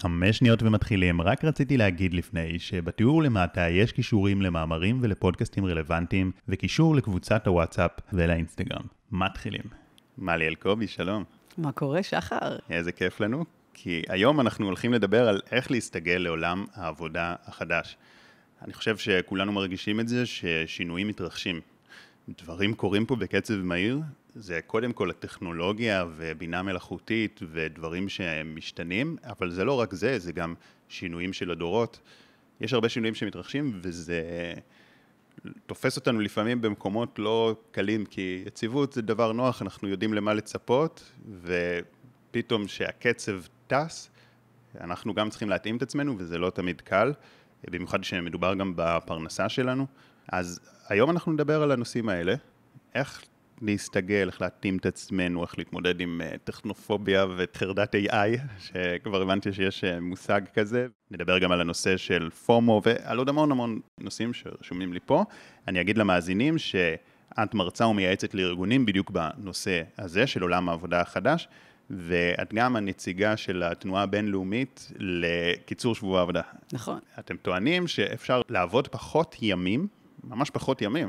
5 שניות ומתחילים. רק רציתי להגיד לפני שבתיאור למטה יש קישורים למאמרים ולפודקאסטים רלוונטיים וקישור לקבוצת הוואטסאפ ולאינסטגרם. מתחילים. מלי אלקובי, שלום. מה קורה, שחר? איזה כיף לנו, כי היום אנחנו הולכים לדבר על איך להסתגל לעולם העבודה החדש. אני חושב שכולנו מרגישים את זה ששינויים מתרחשים. דברים קורים פה בקצב מהיר, זה קודם כל הטכנולוגיה ובינה מלאכותית ודברים שהם משתנים, אבל זה לא רק זה, זה גם שינויים של הדורות. יש הרבה שינויים שמתרחשים וזה תופס אותנו לפעמים במקומות לא קלים, כי יציבות זה דבר נוח, אנחנו יודעים למה לצפות, ופתאום שהקצב טס, אנחנו גם צריכים להתאים את עצמנו וזה לא תמיד קל, במיוחד שמדובר גם בפרנסה שלנו. אז היום אנחנו נדבר על הנושאים האלה, איך להסתגל, איך להתאים את עצמנו, איך להתמודד עם טכנופוביה וחרדת AI, שכבר הבנתי שיש מושג כזה. נדבר גם על הנושא של פומו ועל עוד המון נושאים שרשומים לי פה. אני אגיד למאזינים שאת מרצה ומייעצת לארגונים בדיוק בנושא הזה של עולם העבודה החדש, ואת גם הנציגה של התנועה הבינלאומית לקיצור שבוע העבודה. נכון. אתם טוענים שאפשר לעבוד פחות ימים, ממש פחות ימים,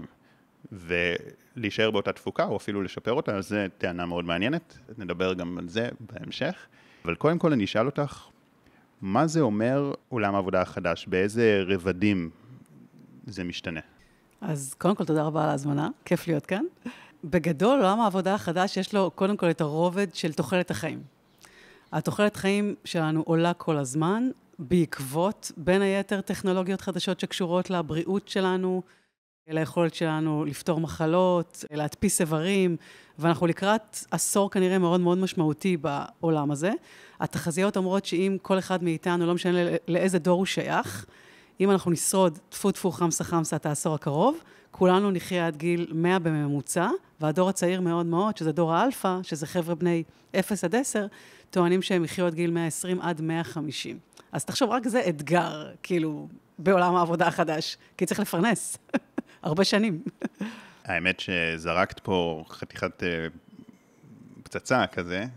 ולהישאר באותה תפוקה, או אפילו לשפר אותה, אז זו טענה מאוד מעניינת, נדבר גם על זה בהמשך. אבל קודם כל אני אשאל אותך, מה זה אומר עולם העבודה החדש? באיזה רבדים זה משתנה? אז קודם כל תודה רבה על ההזמנה, כיף להיות כאן. בגדול, עולם העבודה החדש יש לו קודם כל את הרובד של תוחלת החיים. התוחלת חיים שלנו עולה כל הזמן, בעקבות בין היתר טכנולוגיות חדשות שקשורות לבריאות שלנו, ליכולת שלנו לפתור מחלות, להדפיס איברים, ואנחנו לקראת עשור כנראה מאוד מאוד משמעותי בעולם הזה. התחזיות אומרות שאם כל אחד מאיתנו, לא משנה לאיזה דור הוא שייך, אם אנחנו נשרוד טפו חמסה את העשור הקרוב, כולנו נחיה עד גיל 100 בממוצע, והדור הצעיר מאוד מאוד, שזה דור האלפא, שזה חבר'ה בני 0 עד 10, טוענים שהם יחיו עד גיל 120 עד 150. אז תחשוב, רק זה אתגר, כאילו, בעולם העבודה החדש, כי צריך לפרנס. הרבה שנים. האמת שזרקת פה חתיכת פצצה כזה,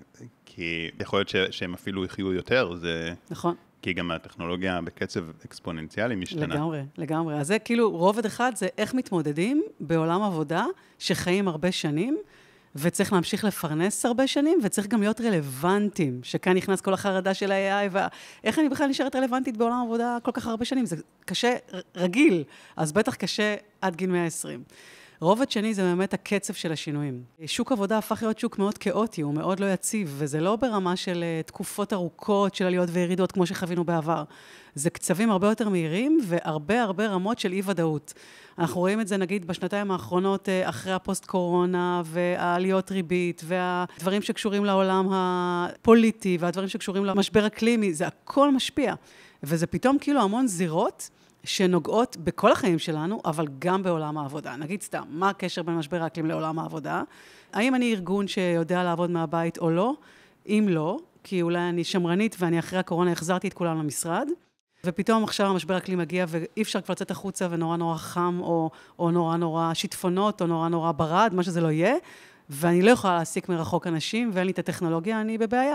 כי יכול להיות שהם אפילו יחיו יותר, זה... נכון. כי גם הטכנולוגיה בקצב אקספוננציאלי משתנה. לגמרי. אז זה כאילו רובד אחד, זה איך מתמודדים בעולם עבודה שחיים הרבה שנים, וצריך להמשיך לפרנס הרבה שנים, וצריך גם להיות רלוונטיים, שכאן נכנס כל החרדה של ה-AI, ואיך אני בכלל נשארת רלוונטית בעולם עבודה כל כך הרבה שנים? זה קשה, רגיל, אז בטח קשה עד גיל 120. רובד שני זה באמת הקצב של השינויים. שוק עבודה הפך להיות שוק מאוד כאוטי, הוא מאוד לא יציב, וזה לא ברמה של תקופות ארוכות של עליות וירידות כמו שחווינו בעבר. זה קצבים הרבה יותר מהירים, והרבה רמות של אי-ודאות. אנחנו רואים את זה נגיד בשנתיים האחרונות אחרי הפוסט-קורונה, והעליות ריבית, והדברים שקשורים לעולם הפוליטי, והדברים שקשורים למשבר אקלימי, זה הכל משפיע. וזה פתאום כאילו המון זירות, שנוגעות בכל החיים שלנו, אבל גם בעולם העבודה. נגיד סתם, מה הקשר בין משבר האקלים לעולם העבודה? האם אני ארגון שיודע לעבוד מהבית או לא? אם לא, כי אולי אני שמרנית ואני אחרי הקורונה החזרתי את כולם למשרד, ופתאום עכשיו המשבר האקלים מגיע ואי אפשר כבר לצאת החוצה ונורא חם, או נורא שיטפונות, או נורא ברד, מה שזה לא יהיה, ואני לא יכולה להעסיק מרחוק אנשים, ואין לי את הטכנולוגיה, אני בבעיה.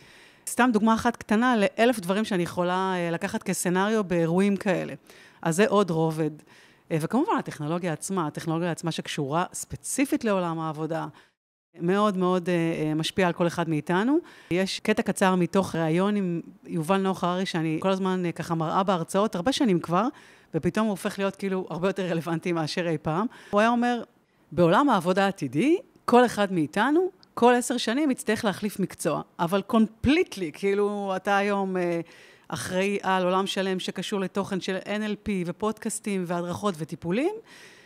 סתם דוגמה אחת קטנה ל1,000 דברים שאני יכולה לקחת כסנריו באירועים כאלה. אז זה עוד רובד. וכמובן הטכנולוגיה עצמה שקשורה ספציפית לעולם העבודה, מאוד משפיע על כל אחד מאיתנו. יש קטע קצר מתוך ראיון עם יובל נוח הררי, שאני כל הזמן ככה מראה בהרצאות, הרבה שנים כבר, ופתאום הוא הופך להיות כאילו הרבה יותר רלוונטי מאשר אי פעם. הוא היה אומר, בעולם העבודה העתידי, כל אחד מאיתנו, כל 10 שנים יצטרך להחליף מקצוע, אבל קומפליטלי, כאילו אתה היום אחראי על עולם שלם שקשור לתוכן של NLP ופודקאסטים והדרכות וטיפולים,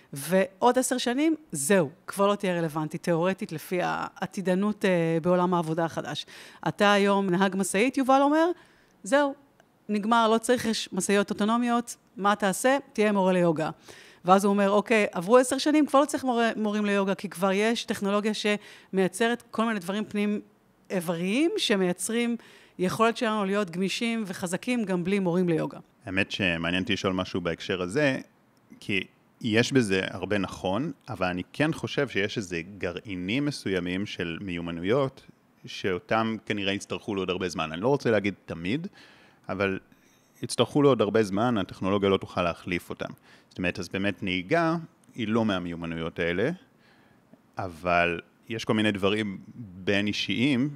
ועוד 10 שנים, זהו, כבר לא תהיה רלוונטית, תיאורטית לפי העתידנות בעולם העבודה החדש. אתה היום נהג מסעית, יובל אומר, זהו, נגמר, לא צריך מסעיות אוטונומיות, מה תעשה? תהיה מורה ליוגה. ואז הוא אומר, אוקיי, עברו 10 שנים, כבר לא צריך מורים ליוגה, כי כבר יש טכנולוגיה שמייצרת כל מיני דברים פנים איבריים, שמייצרים יכולת שלנו להיות גמישים וחזקים גם בלי מורים ליוגה. האמת שמעניין אותי לשאול משהו בהקשר הזה, כי יש בזה הרבה נכון, אבל אני כן חושב שיש איזה גרעינים מסוימים של מיומנויות, שאותם כנראה יצטרכו לעוד הרבה זמן. אני לא רוצה להגיד תמיד, אבל יצטרכו לו עוד הרבה זמן, הטכנולוגיה לא תוכל להחליף אותם. זאת אומרת, אז באמת נהיגה היא לא מהמיומנויות האלה, אבל יש כל מיני דברים בין אישיים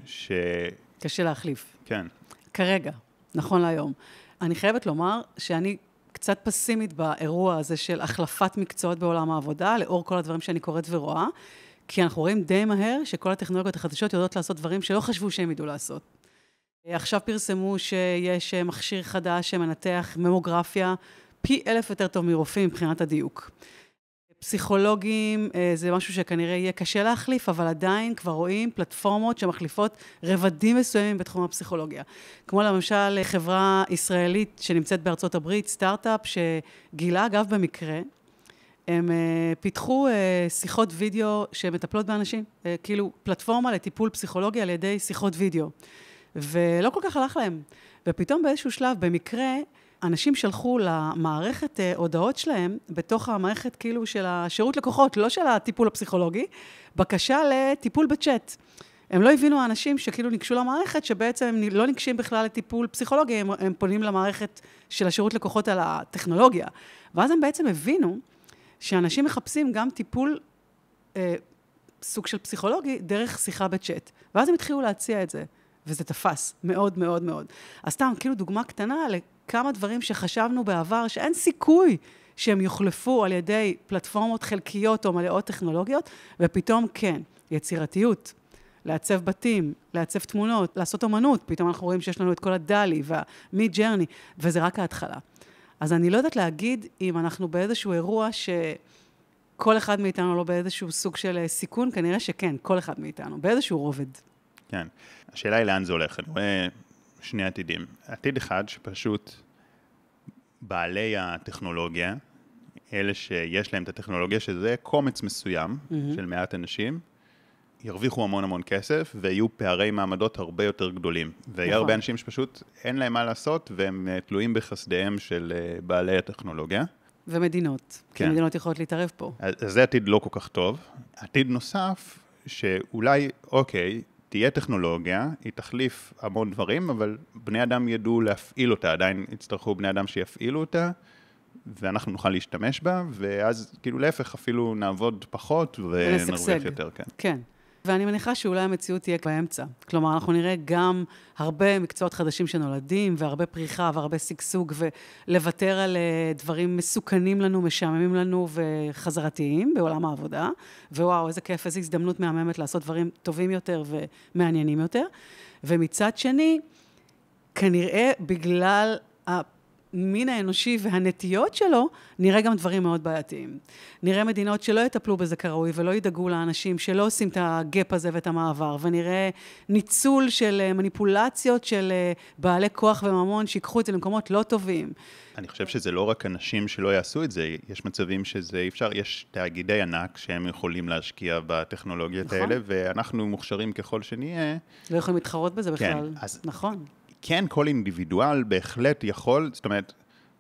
קשה להחליף. כן. כרגע, נכון להיום. אני חייבת לומר שאני קצת פסימית באירוע הזה של החלפת מקצועות בעולם העבודה, לאור כל הדברים שאני קוראת ורואה, כי אנחנו רואים די מהר שכל הטכנולוגיות החדשות יודעות לעשות דברים שלא חשבו שהם ידעו לעשות. עכשיו פרסמו שיש מכשיר חדש שמנתח ממוגרפיה פי 1000 יותר טוב מרופאים מבחינת הדיוק. פסיכולוגים זה משהו שכנראה יהיה קשה להחליף, אבל עדיין כבר רואים פלטפורמות שמחליפות רבדים מסוימים בתחום הפסיכולוגיה. כמו למשל חברה ישראלית שנמצאת בארצות הברית, סטארט-אפ, שגילה אגב במקרה, הם פיתחו שיחות וידאו שמטפלות באנשים, כאילו פלטפורמה לטיפול פסיכולוגי על ידי שיחות וידאו. ולא כל כך הלך להם. ופתאום באיזשהו שלב, במקרה, אנשים שלחו למערכת הודעות שלהם, בתוך המערכת כאילו של השירות לקוחות, לא של הטיפול הפסיכולוגי, בקשה לטיפול בצ'אט. הם לא הבינו האנשים שכאילו ניגשו למערכת, שבעצם הם לא ניגשים בכלל לטיפול פסיכולוגי, הם פונים למערכת של השירות לקוחות על הטכנולוגיה. ואז הם בעצם הבינו שאנשים מחפשים גם טיפול סוג של פסיכולוגי דרך שיחה בצ'אט. ואז הם התחילו להציע את זה, וזה תפס מאוד מאוד מאוד. אז סתם, כאילו דוגמה קטנה לכמה דברים שחשבנו בעבר, שאין סיכוי שהם יוחלפו על ידי פלטפורמות חלקיות או מלאות טכנולוגיות, ופתאום כן, יצירתיות, לעצב בתים, לעצב תמונות, לעשות אומנות, פתאום אנחנו רואים שיש לנו את כל הדלי והמיד ג'רני, וזה רק ההתחלה. אז אני לא יודעת להגיד אם אנחנו באיזשהו אירוע שכל אחד מאיתנו לא באיזשהו סוג של סיכון, כנראה שכן, כל אחד מאיתנו, באיזשהו רובד. כן. השאלה היא לאן זה הולך. אני רואה שני עתידים. עתיד אחד שפשוט בעלי הטכנולוגיה, אלה שיש להם את הטכנולוגיה, שזה קומץ מסוים של מעט אנשים, ירוויחו המון המון כסף, ויהיו פערי מעמדות הרבה יותר גדולים. ויהיה הרבה אנשים שפשוט אין להם מה לעשות, והם תלויים בחסדיהם של בעלי הטכנולוגיה. ומדינות. כן. כי מדינות יכולות להתערב פה. אז זה עתיד לא כל כך טוב. עתיד נוסף, שאולי, אוקיי, תהיה טכנולוגיה, היא תחליף המון דברים, אבל בני אדם ידעו להפעיל אותה, עדיין יצטרכו בני אדם שיפעילו אותה, ואנחנו נוכל להשתמש בה, ואז כאילו להפך אפילו נעבוד פחות ונרוויח יותר. כן. כן. ואני מניחה שאולי המציאות תהיה באמצע. כלומר, אנחנו נראה גם הרבה מקצועות חדשים שנולדים, והרבה פריחה והרבה סגסוג, ולוותר על דברים מסוכנים לנו, משעממים לנו וחזרתיים בעולם העבודה. ווואו, איזה כיף, איזו הזדמנות מהממת לעשות דברים טובים יותר ומעניינים יותר. ומצד שני, כנראה בגלל המין האנושי והנטיות שלו, נראה גם דברים מאוד בעייתיים. נראה מדינות שלא יטפלו בזה כראוי, ולא ידאגו לאנשים שלא עושים את הגאפ הזה ואת המעבר, ונראה ניצול של מניפולציות של בעלי כוח וממון, שיקחו את זה למקומות לא טובים. אני חושב שזה לא רק אנשים שלא יעשו את זה, יש מצבים שזה אפשר, יש תאגידי ענק שהם יכולים להשקיע בטכנולוגיות האלה, ואנחנו מוכשרים ככל שנהיה. לא יכולים להתחרות בזה בכלל. כן, אז נכון. כן, כל אינדיבידואל בהחלט יכול, זאת אומרת,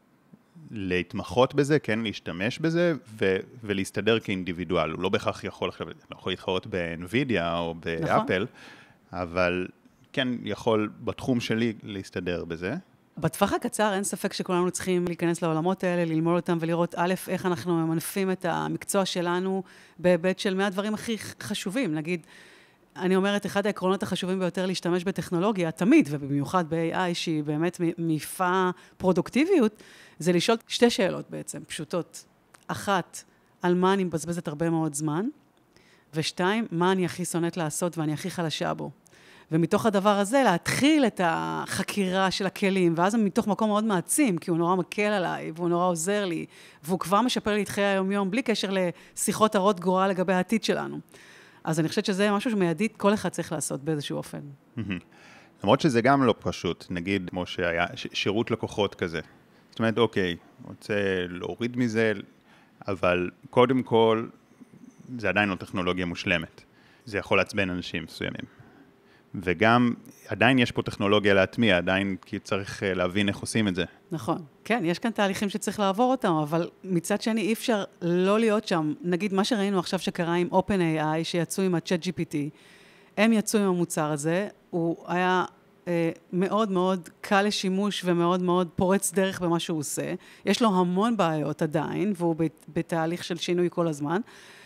להתמחות בזה, כן, להשתמש בזה, ולהסתדר כאינדיבידואל. הוא לא בהכרח יכול להתחרות באנווידיה או באפל, אבל כן יכול בתחום שלי להסתדר בזה. בטווח הקצר אין ספק שכולנו צריכים להיכנס לעולמות האלה, ללמוד אותם ולראות א', איך אנחנו ממנפים את המקצוע שלנו בהיבט של מהדברים הכי חשובים. נגיד, אני אומרת, אחד העקרונות החשובים ביותר להשתמש בטכנולוגיה, תמיד, ובמיוחד ב-AI, שהיא באמת מעיפה פרודוקטיביות, זה לשאול שתי שאלות בעצם, פשוטות. אחת, על מה אני מבזבזת הרבה מאוד זמן, ושתיים, מה אני הכי שונאת לעשות ואני הכי חלשה בו. ומתוך הדבר הזה, להתחיל את החקירה של הכלים, ואז מתוך מקום מאוד מעצים, כי הוא נורא מקל עליי, והוא נורא עוזר לי, והוא כבר משפר לי את חיי היום-יום, בלי קשר לשיחות הרות גורל לגבי העתיד שלנו. אז אני חושבת שזה משהו שמיידית כל אחד צריך לעשות באיזשהו אופן. למרות שזה גם לא פשוט, נגיד כמו שהיה שירות לקוחות כזה. זאת אומרת, אוקיי, רוצה להוריד מזה, אבל קודם כל, זה עדיין לא טכנולוגיה מושלמת. זה יכול לעצבן אנשים מסוימים. וגם, עדיין יש פה טכנולוגיה להטמיע, עדיין כי צריך להבין איך עושים את זה. נכון. כן, יש כאן תהליכים שצריך לעבור אותם, אבל מצד שני אי אפשר לא להיות שם. נגיד, מה שראינו עכשיו שקרה עם OpenAI, שיצאו עם ה-ChatGPT, הם יצאו עם המוצר הזה, הוא היה מאוד מאוד קל לשימוש ומאוד מאוד פורץ דרך במה שהוא עושה. יש לו המון בעיות עדיין, והוא בתהליך של שינוי כל הזמן.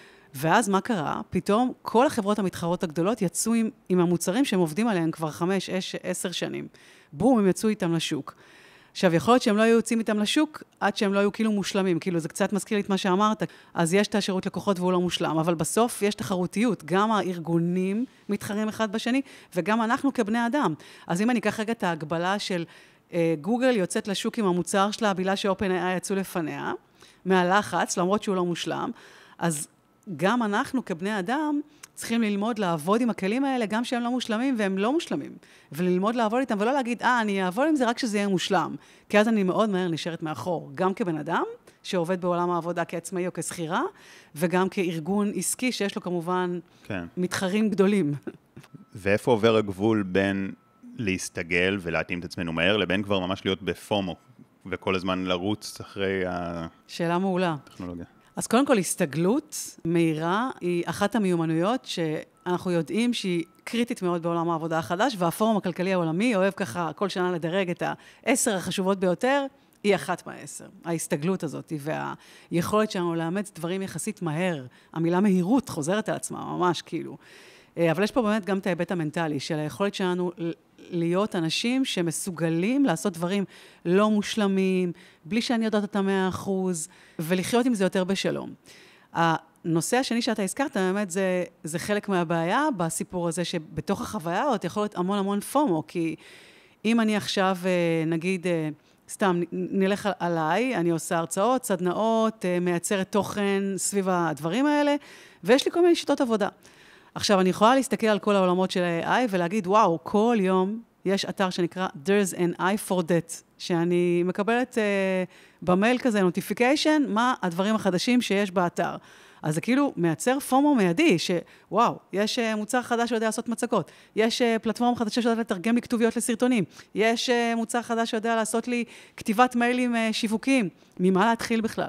ואז מה קרה? פתאום כל החברות המתחרות הגדולות יצאו עם המוצרים שהם עובדים עליהם כבר 5, 10 שנים. בום, הם יצאו איתם לשוק. עכשיו, יכול להיות שהם לא היו יוצאים איתם לשוק, עד שהם לא היו כאילו מושלמים. כאילו, זה קצת מזכיר לי את מה שאמרת. אז יש את השירות לקוחות והוא לא מושלם, אבל בסוף יש תחרותיות. גם הארגונים מתחרים אחד בשני, וגם אנחנו כבני אדם. אז אם אני אקח רגע את ההגבלה של גוגל יוצאת לשוק עם המוצר שלה, בגלל ש-OpenAI יצאו לפניה, מהלחץ, למרות שהוא לא מושלם, אז גם אנחנו כבני אדם צריכים ללמוד לעבוד עם הכלים האלה, גם שהם לא מושלמים והם לא מושלמים. וללמוד לעבוד איתם, ולא להגיד, אני אעבוד עם זה רק שזה יהיה מושלם. כי אז אני מאוד מהר נשארת מאחור. גם כבן אדם, שעובד בעולם העבודה כעצמאי או כסחירה, וגם כארגון עסקי, שיש לו כמובן מתחרים גדולים. ואיפה עובר הגבול בין להסתגל ולהתאים את עצמנו מהר, לבין כבר ממש להיות בפומו, וכל הזמן לרוץ אחרי שאלה מעולה. הטכנולוגיה. אז קודם כל, הסתגלות מהירה היא אחת המיומנויות שאנחנו יודעים שהיא קריטית מאוד בעולם העבודה החדש, והפורום הכלכלי העולמי אוהב ככה כל שנה לדרג את 10 החשובות ביותר, היא אחת מה10. ההסתגלות הזאת והיכולת שלנו לאמץ דברים יחסית מהר. המילה מהירות חוזרת על עצמה, ממש כאילו. אבל יש פה באמת גם את ההיבט המנטלי של היכולת שלנו להיות אנשים שמסוגלים לעשות דברים לא מושלמים, בלי שאני יודעת את 100%, ולחיות עם זה יותר בשלום. הנושא השני שאתה הזכרת, באמת זה חלק מהבעיה בסיפור הזה, שבתוך החוויה עוד יכול להיות המון המון פומו, כי אם אני עכשיו, נגיד, סתם נלך עליי, אני עושה הרצאות, סדנאות, מייצרת תוכן סביב הדברים האלה, ויש לי כל מיני שיטות עבודה. עכשיו, אני יכולה להסתכל על כל העולמות של ה-AI ולהגיד, וואו, כל יום יש אתר שנקרא There's an AI for that, שאני מקבלת במייל כזה notification, מה הדברים החדשים שיש באתר. אז זה כאילו מייצר פומו מיידי, שוואו, יש מוצר חדש שיודע לעשות מצגות, יש פלטפורמה חדשה שיודע לתרגם לי כתוביות לסרטונים, יש מוצר חדש שיודע לעשות לי כתיבת מיילים שיווקיים, ממה להתחיל בכלל.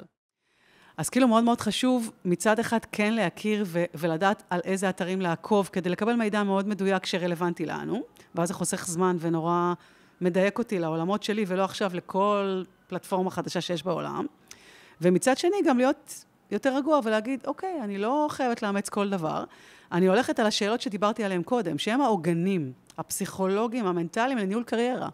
אז כאילו מאוד מאוד חשוב מצד אחד כן להכיר ולדעת על איזה אתרים לעקוב, כדי לקבל מידע מאוד מדויק שרלוונטי לנו, ואז זה חוסך זמן ונורא מדייק אותי לעולמות שלי, ולא עכשיו לכל פלטפורמה חדשה שיש בעולם. ומצד שני גם להיות יותר רגוע ולהגיד, אוקיי, אני לא חייבת לאמץ כל דבר, אני הולכת על השאלות שדיברתי עליהן קודם, שהם העוגנים, הפסיכולוגיים, המנטליים לניהול קריירה.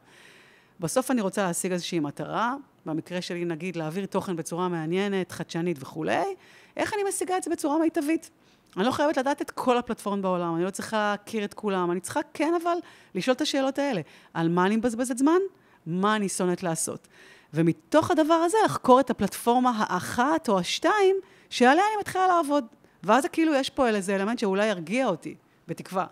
בסוף אני רוצה להשיג איזושהי מטרה, במקרה שלי נגיד להעביר תוכן בצורה מעניינת, חדשנית וכו'. איך אני משיגה את זה בצורה מיטבית? אני לא חייבת לדעת את כל הפלטפורמות בעולם, אני לא צריכה להכיר את כולם, אני צריכה כן אבל לשאול את השאלות האלה. על מה אני מבזבזת זמן? מה אני שונאת לעשות? ומתוך הדבר הזה לחקור את הפלטפורמה האחת או השתיים שעליה אני מתחילה לעבוד. ואז כאילו יש פה איזה אלמנט שאולי ירגיע אותי, בתקווה,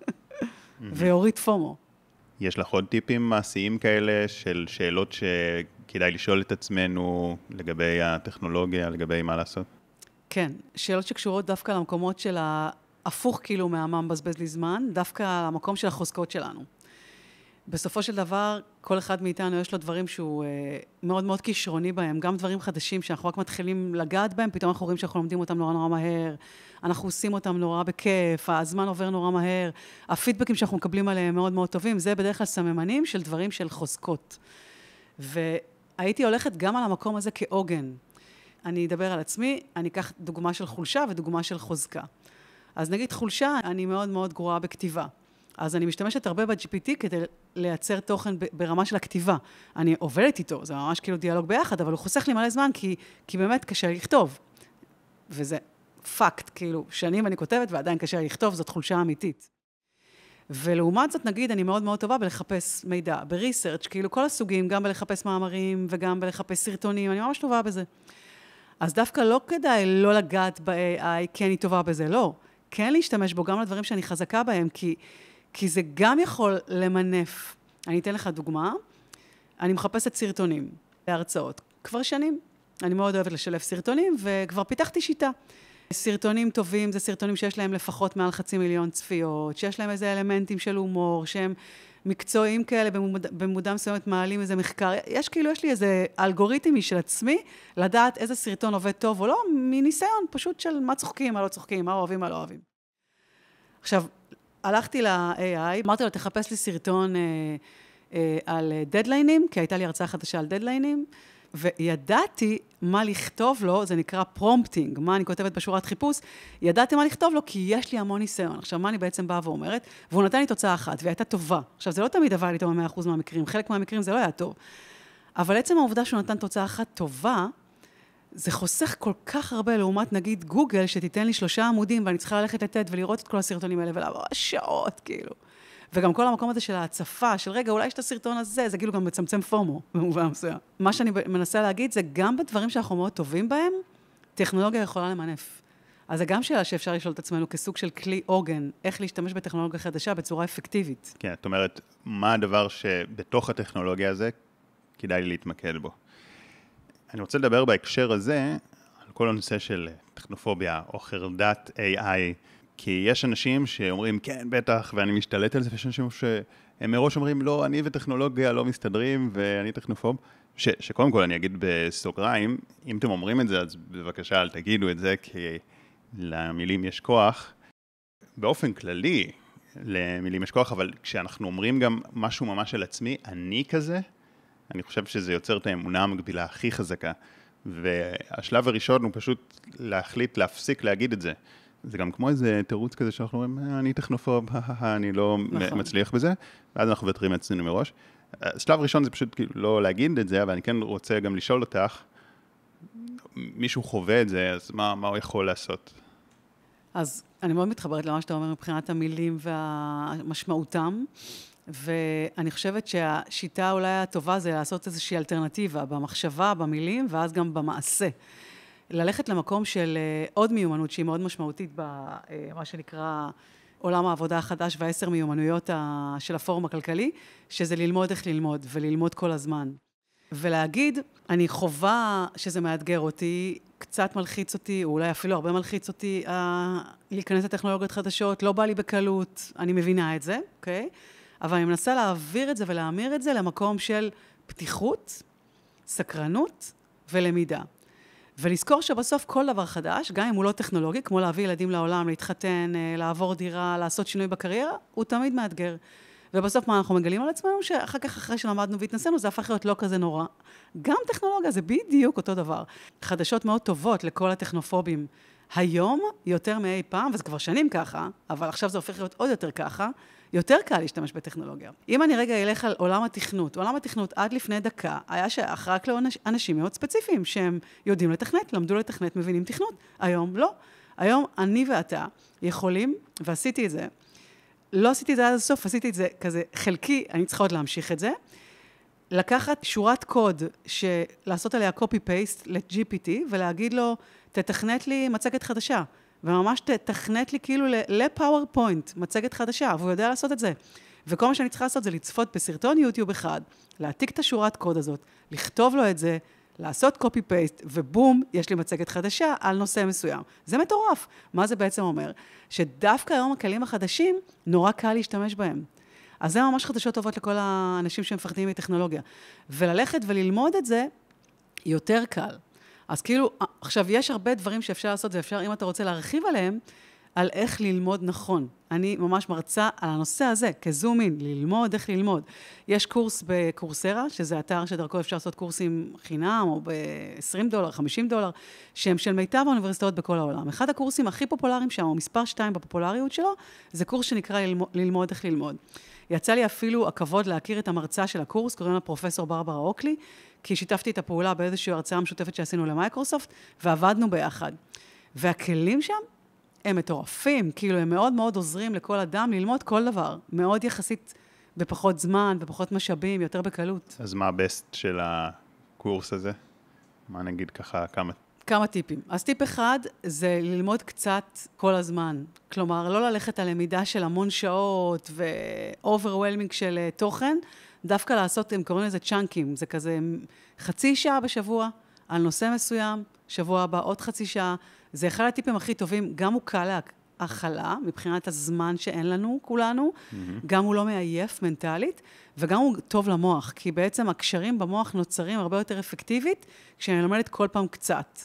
ויוריד פומו. יש לך עוד טיפים מעשיים כאלה של שאלות שכדאי לשאול את עצמנו לגבי הטכנולוגיה, לגבי מה לעשות? כן, שאלות שקשורות דווקא למקומות של ההפוך כאילו מהמה מבזבז לי זמן, דווקא למקום של החוזקות שלנו. בסופו של דבר, כל אחד מאיתנו יש לו דברים שהוא מאוד מאוד כישרוני בהם, גם דברים חדשים שאנחנו רק מתחילים לגעת בהם, פתאום אנחנו רואים שאנחנו לומדים אותם נורא נורא מהר, אנחנו עושים אותם נורא בכיף, הזמן עובר נורא מהר, הפידבקים שאנחנו מקבלים עליהם מאוד מאוד טובים, זה בדרך כלל סממנים של דברים של חוזקות. והייתי הולכת גם על המקום הזה כעוגן. אני אדבר על עצמי, אני אקח דוגמה של חולשה ודוגמה של חוזקה. אז נגיד חולשה, אני מאוד מאוד גרועה בכתיבה. אז אני משתמשת הרבה ב-GPT כדי לייצר תוכן ברמה של הכתיבה. אני עובדת איתו, זה ממש כאילו דיאלוג ביחד, אבל הוא חוסך לי מלא זמן, כי באמת קשה לכתוב. וזה פאקט, כאילו, שנים אני כותבת ועדיין קשה לכתוב, זאת חולשה אמיתית. ולעומת זאת, נגיד, אני מאוד מאוד טובה בלחפש מידע, בריסרצ', כאילו כל הסוגים, גם בלחפש מאמרים וגם בלחפש סרטונים, אני ממש טובה בזה. אז דווקא לא כדאי לא לגעת ב-AI, כי אני טובה בזה, לא. כן להשתמש בו גם לדברים שאני חזקה בהם, כי זה גם יכול למנף. אני אתן לך דוגמה, אני מחפשת סרטונים להרצאות. כבר שנים, אני מאוד אוהבת לשלב סרטונים, וכבר פיתחתי שיטה. סרטונים טובים זה סרטונים שיש להם לפחות מעל 500,000 צפיות, שיש להם איזה אלמנטים של הומור, שהם מקצועיים כאלה, במודע מסוימת מעלים איזה מחקר. יש לי איזה אלגוריתמי של עצמי, לדעת איזה סרטון עובד טוב או לא, מניסיון פשוט של מה צוחקים, מה לא צוחקים, מה אוהבים, מה לא אוהבים. עכשיו, הלכתי ל-AI, אמרתי לו, תחפש לי סרטון על דדליינים, כי הייתה לי הרצאה חדשה על דדליינים, וידעתי מה לכתוב לו, זה נקרא פרומפטינג, מה אני כותבת בשורת חיפוש, ידעתי מה לכתוב לו, כי יש לי המון ניסיון. עכשיו, מה אני בעצם באה ואומרת? והוא נתן לי תוצאה אחת, והיא הייתה טובה. עכשיו, זה לא תמיד עבר לי טוב ב-100% מהמקרים, חלק מהמקרים זה לא היה טוב. אבל עצם העובדה שהוא נתן תוצאה אחת טובה, זה חוסך כל כך הרבה לעומת, נגיד, גוגל, שתיתן לי 3 עמודים, ואני צריכה ללכת לתת ולראות את כל הסרטונים האלה, ולעבור שעות, כאילו. וגם כל המקום הזה של ההצפה, של רגע, אולי יש את הסרטון הזה, זה כאילו גם מצמצם פומו, במובן מסוים. מה שאני מנסה להגיד, זה גם בדברים שאנחנו מאוד טובים בהם, טכנולוגיה יכולה למנף. אז זה גם שאלה שאפשר לשאול את עצמנו כסוג של כלי עוגן, איך להשתמש בטכנולוגיה חדשה בצורה אפקטיבית. כן, את אומרת, מה הדבר שבתוך הטכנולוגיה הזה כדאי לי להתמקד בו? אני רוצה לדבר בהקשר הזה על כל הנושא של טכנופוביה או חרדת AI, כי יש אנשים שאומרים, כן, בטח, ואני משתלט על זה, ויש אנשים שהם מראש אומרים, לא, אני וטכנולוגיה לא מסתדרים, ואני טכנופוב. שקודם כל אני אגיד בסוגריים, אם אתם אומרים את זה, אז בבקשה אל תגידו את זה, כי למילים יש כוח. באופן כללי, למילים יש כוח, אבל כשאנחנו אומרים גם משהו ממש על עצמי, אני כזה, אני חושב שזה יוצר את האמונה המקבילה הכי חזקה. והשלב הראשון הוא פשוט להחליט, להפסיק להגיד את זה. זה גם כמו איזה תירוץ כזה שאנחנו אומרים, אני טכנופוב, אני לא מצליח בזה, ואז אנחנו מוותרים עצמנו מראש. השלב הראשון זה פשוט לא להגיד את זה, אבל אני כן רוצה גם לשאול אותך, מישהו חווה את זה, אז מה הוא יכול לעשות? אז אני מאוד מתחברת למה שאתה אומר מבחינת המילים והמשמעותם, ואני חושבת שהשיטה אולי הטובה זה לעשות איזושהי אלטרנטיבה במחשבה, במילים, ואז גם במעשה. ללכת למקום של עוד מיומנות שהיא מאוד משמעותית במה שנקרא עולם העבודה החדש וה10 מיומנויות של הפורום הכלכלי, שזה ללמוד איך ללמוד וללמוד כל הזמן. ולהגיד, אני חובה שזה מאתגר אותי, קצת מלחיץ אותי, או אולי אפילו הרבה מלחיץ אותי, להיכנס לטכנולוגיות חדשות, לא בא לי בקלות, אני מבינה את זה, אוקיי? אבל אני מנסה להעביר את זה ולהמיר את זה למקום של פתיחות, סקרנות ולמידה. ולזכור שבסוף כל דבר חדש, גם אם הוא לא טכנולוגי, כמו להביא ילדים לעולם, להתחתן, לעבור דירה, לעשות שינוי בקריירה, הוא תמיד מאתגר. ובסוף מה אנחנו מגלים על עצמנו? שאחר כך, אחרי שלמדנו והתנסינו, זה הפך להיות לא כזה נורא. גם טכנולוגיה זה בדיוק אותו דבר. חדשות מאוד טובות לכל הטכנופובים. היום, יותר מאי פעם, וזה כבר שנים ככה, אבל עכשיו זה הופך להיות עוד יותר ככה, יותר קל להשתמש בטכנולוגיה. אם אני רגע אלך על עולם התכנות, עולם התכנות עד לפני דקה, היה שייך רק לאנשים מאוד ספציפיים, שהם יודעים לתכנת, למדו לתכנת, מבינים תכנות. היום לא. היום אני ואתה יכולים, ועשיתי את זה, לא עשיתי את זה עד הסוף, עשיתי את זה כזה חלקי, אני צריכה עוד להמשיך את זה, לקחת שורת קוד, לעשות עליה copy-paste ל-GPT, ולהגיד לו, תתכנת לי מצגת חדשה. וממש תכנת לי כאילו ל-PowerPoint, מצגת חדשה, והוא יודע לעשות את זה. וכל מה שאני צריכה לעשות זה לצפות בסרטון יוטיוב אחד, להעתיק את השורת קוד הזאת, לכתוב לו את זה, לעשות copy-paste, ובום, יש לי מצגת חדשה על נושא מסוים. זה מטורף. מה זה בעצם אומר? שדווקא היום הכלים החדשים, נורא קל להשתמש בהם. אז זה ממש חדשות טובות לכל האנשים שמפחדים מטכנולוגיה. וללכת וללמוד את זה, יותר קל. אז כאילו, עכשיו, יש הרבה דברים שאפשר לעשות, ואפשר, אם אתה רוצה להרחיב עליהם, על איך ללמוד נכון. אני ממש מרצה על הנושא הזה, כזומין, ללמוד איך ללמוד. יש קורס בקורסרה, שזה אתר שדרכו אפשר לעשות קורסים חינם, או $20, $50, שהם של מיטב האוניברסיטאות בכל העולם. אחד הקורסים הכי פופולריים שם, או מספר 2 בפופולריות שלו, זה קורס שנקרא ללמוד איך ללמוד. יצא לי אפילו הכבוד להכיר את המרצה של הקורס, קוראים לה פרופסור ברברה אוקלי, כי שיתפתי את הפעולה באיזושהי הרצאה משותפת שעשינו למייקרוסופט, ועבדנו ביחד. והכלים שם הם מטורפים, כאילו הם מאוד מאוד עוזרים לכל אדם ללמוד כל דבר, מאוד יחסית בפחות זמן, בפחות משאבים, יותר בקלות. אז מה הבסט של הקורס הזה? מה נגיד ככה, כמה טיפים. אז טיפ אחד זה ללמוד קצת כל הזמן. כלומר, לא ללכת על למידה של המון שעות ו-overwhelming של תוכן, דווקא לעשות, הם קוראים לזה צ'אנקים, זה כזה חצי שעה בשבוע על נושא מסוים, שבוע הבא עוד חצי שעה, זה אחד הטיפים הכי טובים, גם הוא קל להכלה, מבחינת הזמן שאין לנו כולנו, גם הוא לא מעייף מנטלית, וגם הוא טוב למוח, כי בעצם הקשרים במוח נוצרים הרבה יותר אפקטיבית, כשאני לומדת כל פעם קצת.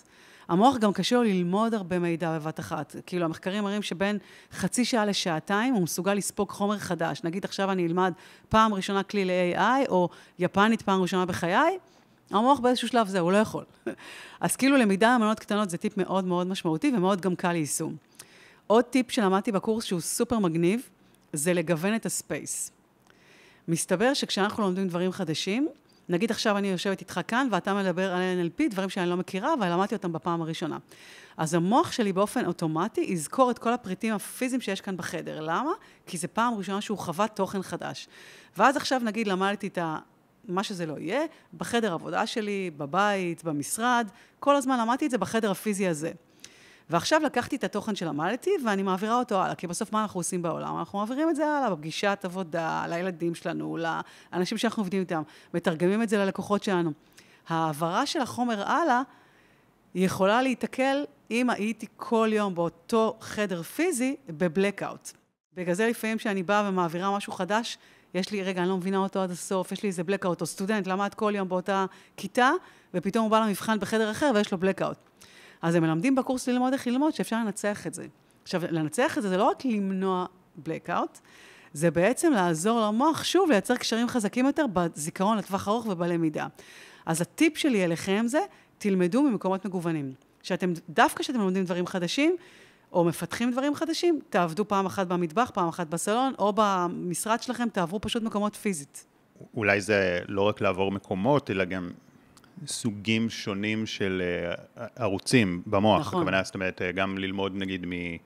המוח גם קשה לו ללמוד הרבה מידע בבת אחת. כאילו, המחקרים מראים שבין חצי שעה לשעתיים הוא מסוגל לספוג חומר חדש. נגיד, עכשיו אני אלמד פעם ראשונה כלי ל-AI, או יפנית פעם ראשונה בחיי, המוח באיזשהו שלב זה, הוא לא יכול. אז כאילו, למידה במנות קטנות זה טיפ מאוד מאוד משמעותי, ומאוד גם קל ליישום. עוד טיפ שלמדתי בקורס שהוא סופר מגניב, זה לגוון את הספייס. מסתבר שכשאנחנו לומדים דברים חדשים, נגיד עכשיו אני יושבת איתך כאן, ואתה מדבר על NLP, דברים שאני לא מכירה, אבל למדתי אותם בפעם הראשונה. אז המוח שלי באופן אוטומטי יזכור את כל הפריטים הפיזיים שיש כאן בחדר. למה? כי זה פעם ראשונה שהוא חווה תוכן חדש. ואז עכשיו נגיד למדתי את מה שזה לא יהיה, בחדר עבודה שלי, בבית, במשרד, כל הזמן למדתי את זה בחדר הפיזי הזה. ועכשיו לקחתי את התוכן שלמדתי, ואני מעבירה אותו הלאה, כי בסוף מה אנחנו עושים בעולם? אנחנו מעבירים את זה הלאה, בפגישת עבודה, לילדים שלנו, לאנשים שאנחנו עובדים איתם, מתרגמים את זה ללקוחות שלנו. העברה של החומר הלאה, היא יכולה להתקל אם הייתי כל יום באותו חדר פיזי, בבלקאוט. בגלל זה לפעמים שאני באה ומעבירה משהו חדש, יש לי, רגע, אני לא מבינה אותו עד הסוף, יש לי איזה בלקאוט, או סטודנט למד כל יום באותה כיתה, ופתאום הוא בא למבחן בחדר אחר ויש לו בלקאוט. אז הם מלמדים בקורס ללמוד איך ללמוד, שאפשר לנצח את זה. עכשיו, לנצח את זה, זה לא רק למנוע בלקאוט, זה בעצם לעזור למוח, שוב, לייצר קשרים חזקים יותר בזיכרון לטווח ארוך ובלמידה. אז הטיפ שלי אליכם זה, תלמדו ממקומות מגוונים. דווקא שאתם לומדים דברים חדשים, או מפתחים דברים חדשים, תעבדו פעם אחת במטבח, פעם אחת בסלון, או במשרד שלכם, תעברו פשוט מקומות פיזית. אולי זה לא רק לעבור מקומות, אלא גם סוגים שונים של ערוצים במוח. נכון. הכוונה, זאת אומרת, גם ללמוד נגיד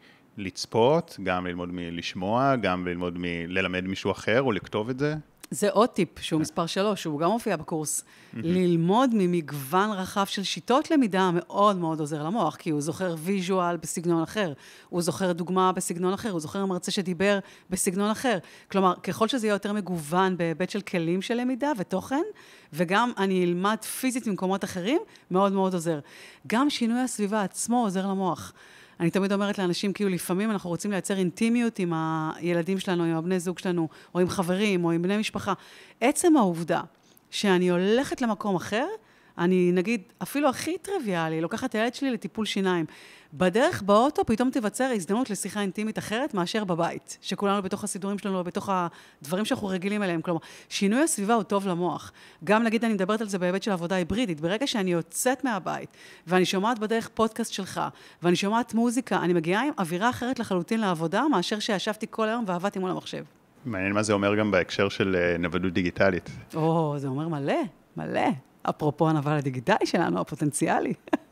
מלצפות, גם ללמוד מלשמוע, גם ללמוד ללמד מישהו אחר או לכתוב את זה. זה עוד טיפ, שהוא מספר 3, שהוא גם מופיע בקורס. ללמוד ממגוון רחב של שיטות למידה מאוד מאוד עוזר למוח, כי הוא זוכר ויז'ואל בסגנון אחר, הוא זוכר דוגמה בסגנון אחר, הוא זוכר מרצה שדיבר בסגנון אחר. כלומר, ככל שזה יהיה יותר מגוון בהיבט של כלים של למידה ותוכן, וגם אני אלמד פיזית ממקומות אחרים, מאוד מאוד עוזר. גם שינוי הסביבה עצמו עוזר למוח. אני תמיד אומרת לאנשים, כאילו לפעמים אנחנו רוצים לייצר אינטימיות עם הילדים שלנו, עם הבני זוג שלנו, או עם חברים, או עם בני משפחה. עצם העובדה שאני הולכת למקום אחר, אני נגיד, אפילו הכי טריוויאלי, לוקחת את הילד שלי לטיפול שיניים. בדרך באוטו פתאום תיווצר הזדמנות לשיחה אינטימית אחרת מאשר בבית, שכולנו בתוך הסידורים שלנו, או בתוך הדברים שאנחנו רגילים אליהם. כלומר, שינוי הסביבה הוא טוב למוח. גם נגיד, אני מדברת על זה בהיבט של עבודה היברידית. ברגע שאני יוצאת מהבית, ואני שומעת בדרך פודקאסט שלך, ואני שומעת מוזיקה, אני מגיעה עם אווירה אחרת לחלוטין לעבודה, מאשר שישבתי כל היום ועבדתי מול המחשב. מעניין מה זה אומר גם בהקשר של נוודות דיגיטלית. זה אומר מלא, מלא. אפרופו הנבל הדיגיטלי שלנו, הפוטנציאלי.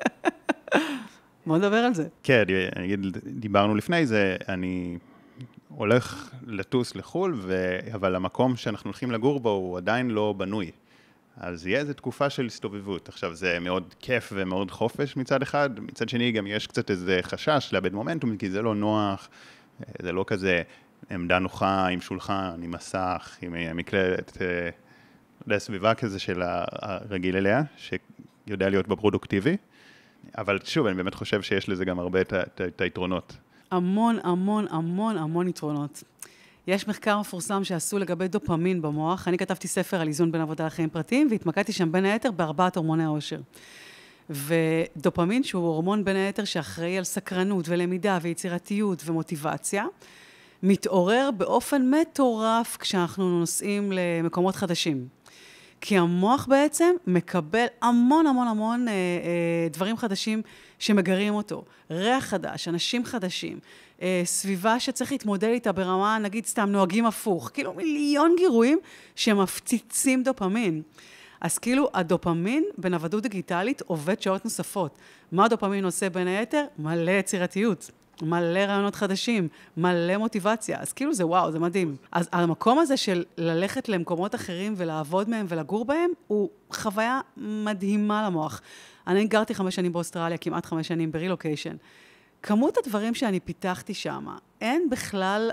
בוא נדבר על זה. כן, דיברנו לפני זה, אני הולך לטוס לחול, אבל המקום שאנחנו הולכים לגור בו הוא עדיין לא בנוי. אז יהיה איזו תקופה של הסתובבות. עכשיו, זה מאוד כיף ומאוד חופש מצד אחד, מצד שני גם יש קצת איזה חשש לאבד מומנטום, כי זה לא נוח, זה לא כזה עמדה נוחה עם שולחן, עם מסך, עם מקלדת, לסביבה כזה של הרגיל אליה, שיודע להיות בפרודוקטיבי. אבל שוב, אני באמת חושב שיש לזה גם הרבה את היתרונות. המון, המון, המון, המון יתרונות. יש מחקר מפורסם שעשו לגבי דופמין במוח. אני כתבתי ספר על איזון בין עבודה לחיים פרטיים, והתמקדתי שם בין היתר בארבעת הורמוני האושר. ודופמין, שהוא הורמון בין היתר שאחראי על סקרנות ולמידה ויצירתיות ומוטיבציה, מתעורר באופן מטורף כשאנחנו נוסעים למקומות חדשים. כי המוח בעצם מקבל המון המון המון דברים חדשים שמגרים אותו. ריח חדש, אנשים חדשים, סביבה שצריך להתמודד איתה ברמה, נגיד סתם נוהגים הפוך, כאילו מיליון גירויים שמפציצים דופמין. אז כאילו הדופמין בנוודות דיגיטלית עובד שעות נוספות. מה הדופמין עושה בין היתר? מלא יצירתיות. מלא רעיונות חדשים, מלא מוטיבציה. אז כאילו זה וואו, זה מדהים. אז המקום הזה של ללכת למקומות אחרים ולעבוד מהם ולגור בהם, הוא חוויה מדהימה למוח. אני גרתי 5 שנים באוסטרליה, כמעט 5 שנים ברילוקיישן. כמות הדברים שאני פיתחתי שם, אין בכלל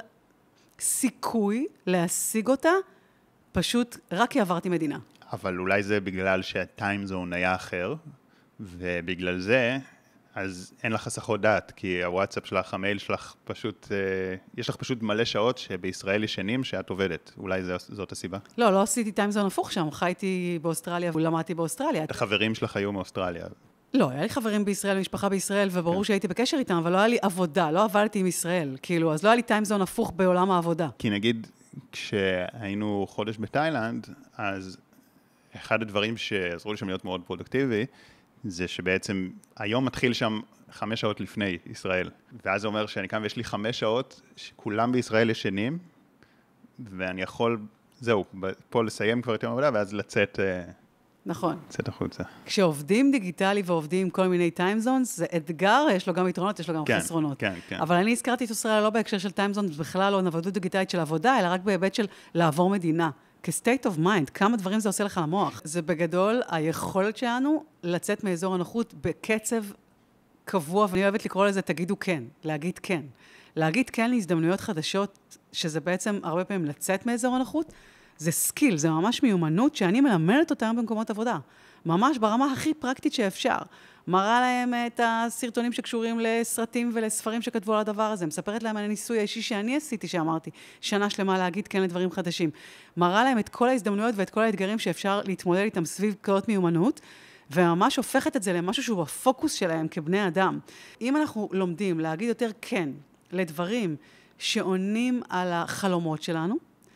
סיכוי להשיג אותה, פשוט רק כי עברתי מדינה. אבל אולי זה בגלל שהטיים זון היה אחר, ובגלל זה אז אין לך הסחות דעת, כי הוואטסאפ שלך, המייל שלך פשוט, יש לך פשוט מלא שעות שבישראל ישנים שאת עובדת. אולי זאת הסיבה? לא עשיתי טיימזון הפוך שם, חייתי באוסטרליה ולמדתי באוסטרליה. החברים שלך היו מאוסטרליה. לא, היה לי חברים בישראל, משפחה בישראל, וברור שהייתי בקשר איתם, אבל לא היה לי עבודה, לא עבדתי עם ישראל, כאילו, אז לא היה לי טיימזון הפוך בעולם העבודה. כי נגיד, כשהיינו חודש בתאילנד, אז אחד הדברים שעזרו לי שם להיות מאוד פרודוקטיבי, זה שבעצם היום מתחיל שם 5 שעות לפני ישראל. ואז זה אומר שאני קם ויש לי 5 שעות שכולם בישראל ישנים, ואני יכול, זהו, פה לסיים כבר את יום העבודה, ואז לצאת... נכון. לצאת החוצה. כשעובדים דיגיטלי ועובדים עם כל מיני טיימזונס, זה אתגר, יש לו גם יתרונות, יש לו גם חסרונות. כן, כן. אבל אני הזכרתי את אוסטרליה לא בהקשר של טיימזונס, בכלל לא נוודות דיגיטלית של עבודה, אלא רק בהיבט של לעבור מדינה. כ-state of mind, כמה דברים זה עושה לך למוח. זה בגדול היכולת שלנו לצאת מאזור הנוחות בקצב קבוע, ואני אוהבת לקרוא לזה תגידו כן, להגיד כן. להגיד כן להזדמנויות חדשות, שזה בעצם הרבה פעמים לצאת מאזור הנוחות, זה סקיל, זה ממש מיומנות שאני מלמדת אותם במקומות עבודה. ממש ברמה הכי פרקטית שאפשר. מראה להם את הסרטונים שקשורים לסרטים ולספרים שכתבו על הדבר הזה. מספרת להם על הניסוי האישי שאני עשיתי, שאמרתי, שנה שלמה להגיד כן לדברים חדשים. מראה להם את כל ההזדמנויות ואת כל האתגרים שאפשר להתמודד איתם סביב כזאת מיומנות, וממש הופכת את זה למשהו שהוא הפוקוס שלהם כבני אדם. אם אנחנו לומדים להגיד יותר כן לדברים שעונים על החלומות שלנו,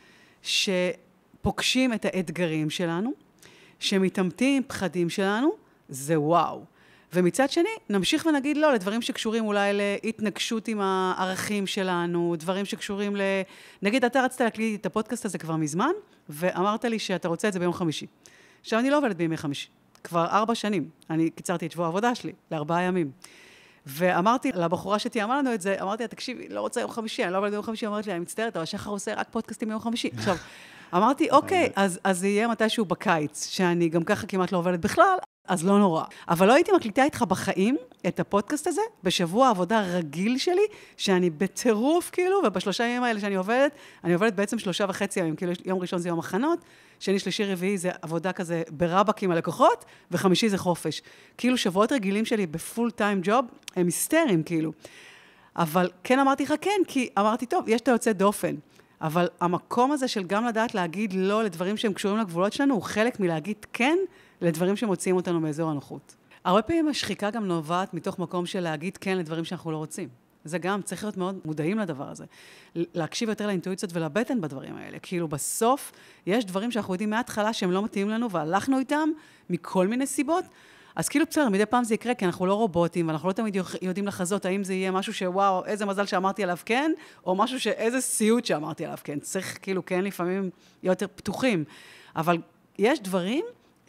שפוגשים את האתגרים שלנו, שמתעמתים עם פחדים שלנו, זה וואו. ומצד שני, נמשיך ונגיד לא, לדברים שקשורים אולי להתנגשות עם הערכים שלנו, דברים שקשורים נגיד, אתה רצית להקליט את הפודקאסט הזה כבר מזמן, ואמרת לי שאתה רוצה את זה ביום חמישי. עכשיו, אני לא עובדת בימי חמישי. כבר 4 שנים. אני קיצרתי את שבוע העבודה שלי, ל4 ימים. ואמרתי לבחורה שתיאמה לנו את זה, אמרתי לה, תקשיבי, לא רוצה יום חמישי, אני לא עובדת ביום חמישי, אמרתי לי, אני מצטערת, אבל שחר עושה רק פודקאסטים ביום חמישי. עכשיו, אמרתי, אוקיי, אז זה יהיה מתישהו בקיץ, שאני גם ככה כמעט לא עובדת בכלל, אז לא נורא. אבל לא הייתי מקליטה איתך בחיים את הפודקאסט הזה, בשבוע העבודה רגיל שלי, שאני בטירוף כאילו, וב3 ימים האלה שאני עובדת, אני עובדת בעצם 3.5 ימים, כאילו יום ראשון זה יום הכנות, שני, שלישי, רביעי זה עבודה כזה ברבק עם הלקוחות, וחמישי זה חופש. כאילו שבועות רגילים שלי בפול טיים ג'וב, הם היסטריים כאילו. אבל כן אמרתי לך כן, כי אמרתי, טוב, יש את היוצא דופן. אבל המקום הזה של גם לדעת להגיד לא לדברים שהם קשורים לגבולות שלנו, הוא חלק מלהגיד כן לדברים שמוציאים אותנו מאזור הנוחות. הרבה פעמים השחיקה גם נובעת מתוך מקום של להגיד כן לדברים שאנחנו לא רוצים. זה גם צריך להיות מאוד מודעים לדבר הזה. להקשיב יותר לאינטואיציות ולבטן בדברים האלה. כאילו בסוף יש דברים שאנחנו יודעים מההתחלה שהם לא מתאים לנו והלכנו איתם מכל מיני סיבות. אז כאילו בסדר, מדי פעם זה יקרה, כי אנחנו לא רובוטים, ואנחנו לא תמיד יודעים לחזות, האם זה יהיה משהו שוואו, איזה מזל שאמרתי עליו כן, או משהו שאיזה סיוט שאמרתי עליו כן. צריך כאילו כן לפעמים יותר פתוחים. אבל יש דברים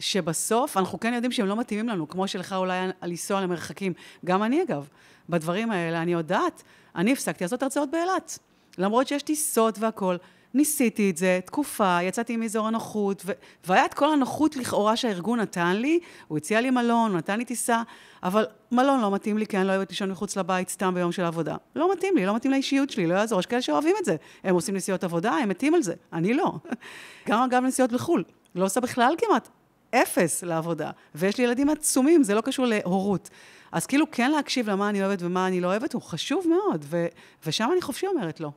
שבסוף אנחנו כן יודעים שהם לא מתאימים לנו, כמו שלך אולי לנסוע למרחקים. גם אני אגב, בדברים האלה אני יודעת, אני הפסקתי לעשות הרצאות באילת. למרות שיש טיסות והכל, ניסיתי את זה, תקופה, יצאתי מאזור הנוחות, והיה את כל הנוחות לכאורה שהארגון נתן לי, הוא הציע לי מלון, הוא נתן לי טיסה, אבל מלון לא מתאים לי, כי אני לא אוהבת לישון מחוץ לבית סתם ביום של עבודה. לא מתאים לי, לא מתאים לאישיות שלי, לא יעזור, יש כאלה שאוהבים את זה. הם עושים נסיעות עבודה, הם מתים על זה, אני לא. גם אגב נסיעות לחול, לא עושה בכלל כמעט 0 לעבודה, ויש לי ילדים עצומים, זה לא קשור להורות. אז כאילו כן להקשיב למה אני אוהבת ומה אני לא אוהבת, הוא חשוב מאוד, ושם אני חופשי אומרת לו.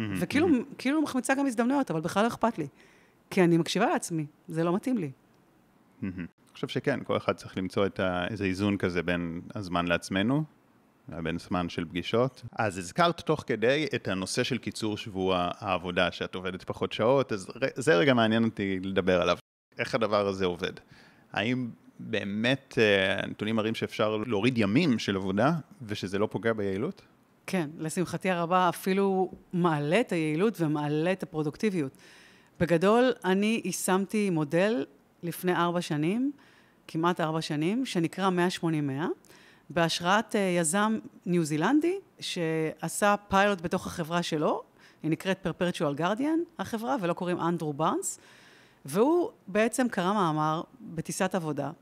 וכאילו מחמיצה גם הזדמנויות, אבל בכלל לא אכפת לי. כי אני מקשיבה לעצמי, זה לא מתאים לי. אני חושב שכן, כל אחד צריך למצוא איזה איזון כזה בין הזמן לעצמנו, בין זמן של פגישות. אז הזכרת תוך כדי את הנושא של קיצור שבוע העבודה, שאת עובדת פחות שעות, אז זה רגע מעניין אותי לדבר עליו. איך הדבר הזה עובד? האם באמת הנתונים מראים שאפשר להוריד ימים של עבודה, ושזה לא פוגע ביעילות? כן, לשמחתי הרבה אפילו מעלה את היעילות ומעלה את הפרודוקטיביות. בגדול, אני יישמתי מודל לפני 4 שנים, כמעט 4 שנים, שנקרא 180-100, בהשראת יזם ניו זילנדי, שעשה פיילוט בתוך החברה שלו, היא נקראת Perpetual Guardian, החברה, ולא קוראים אנדרו בארנס, והוא בעצם קרא מאמר בטיסת עבודה,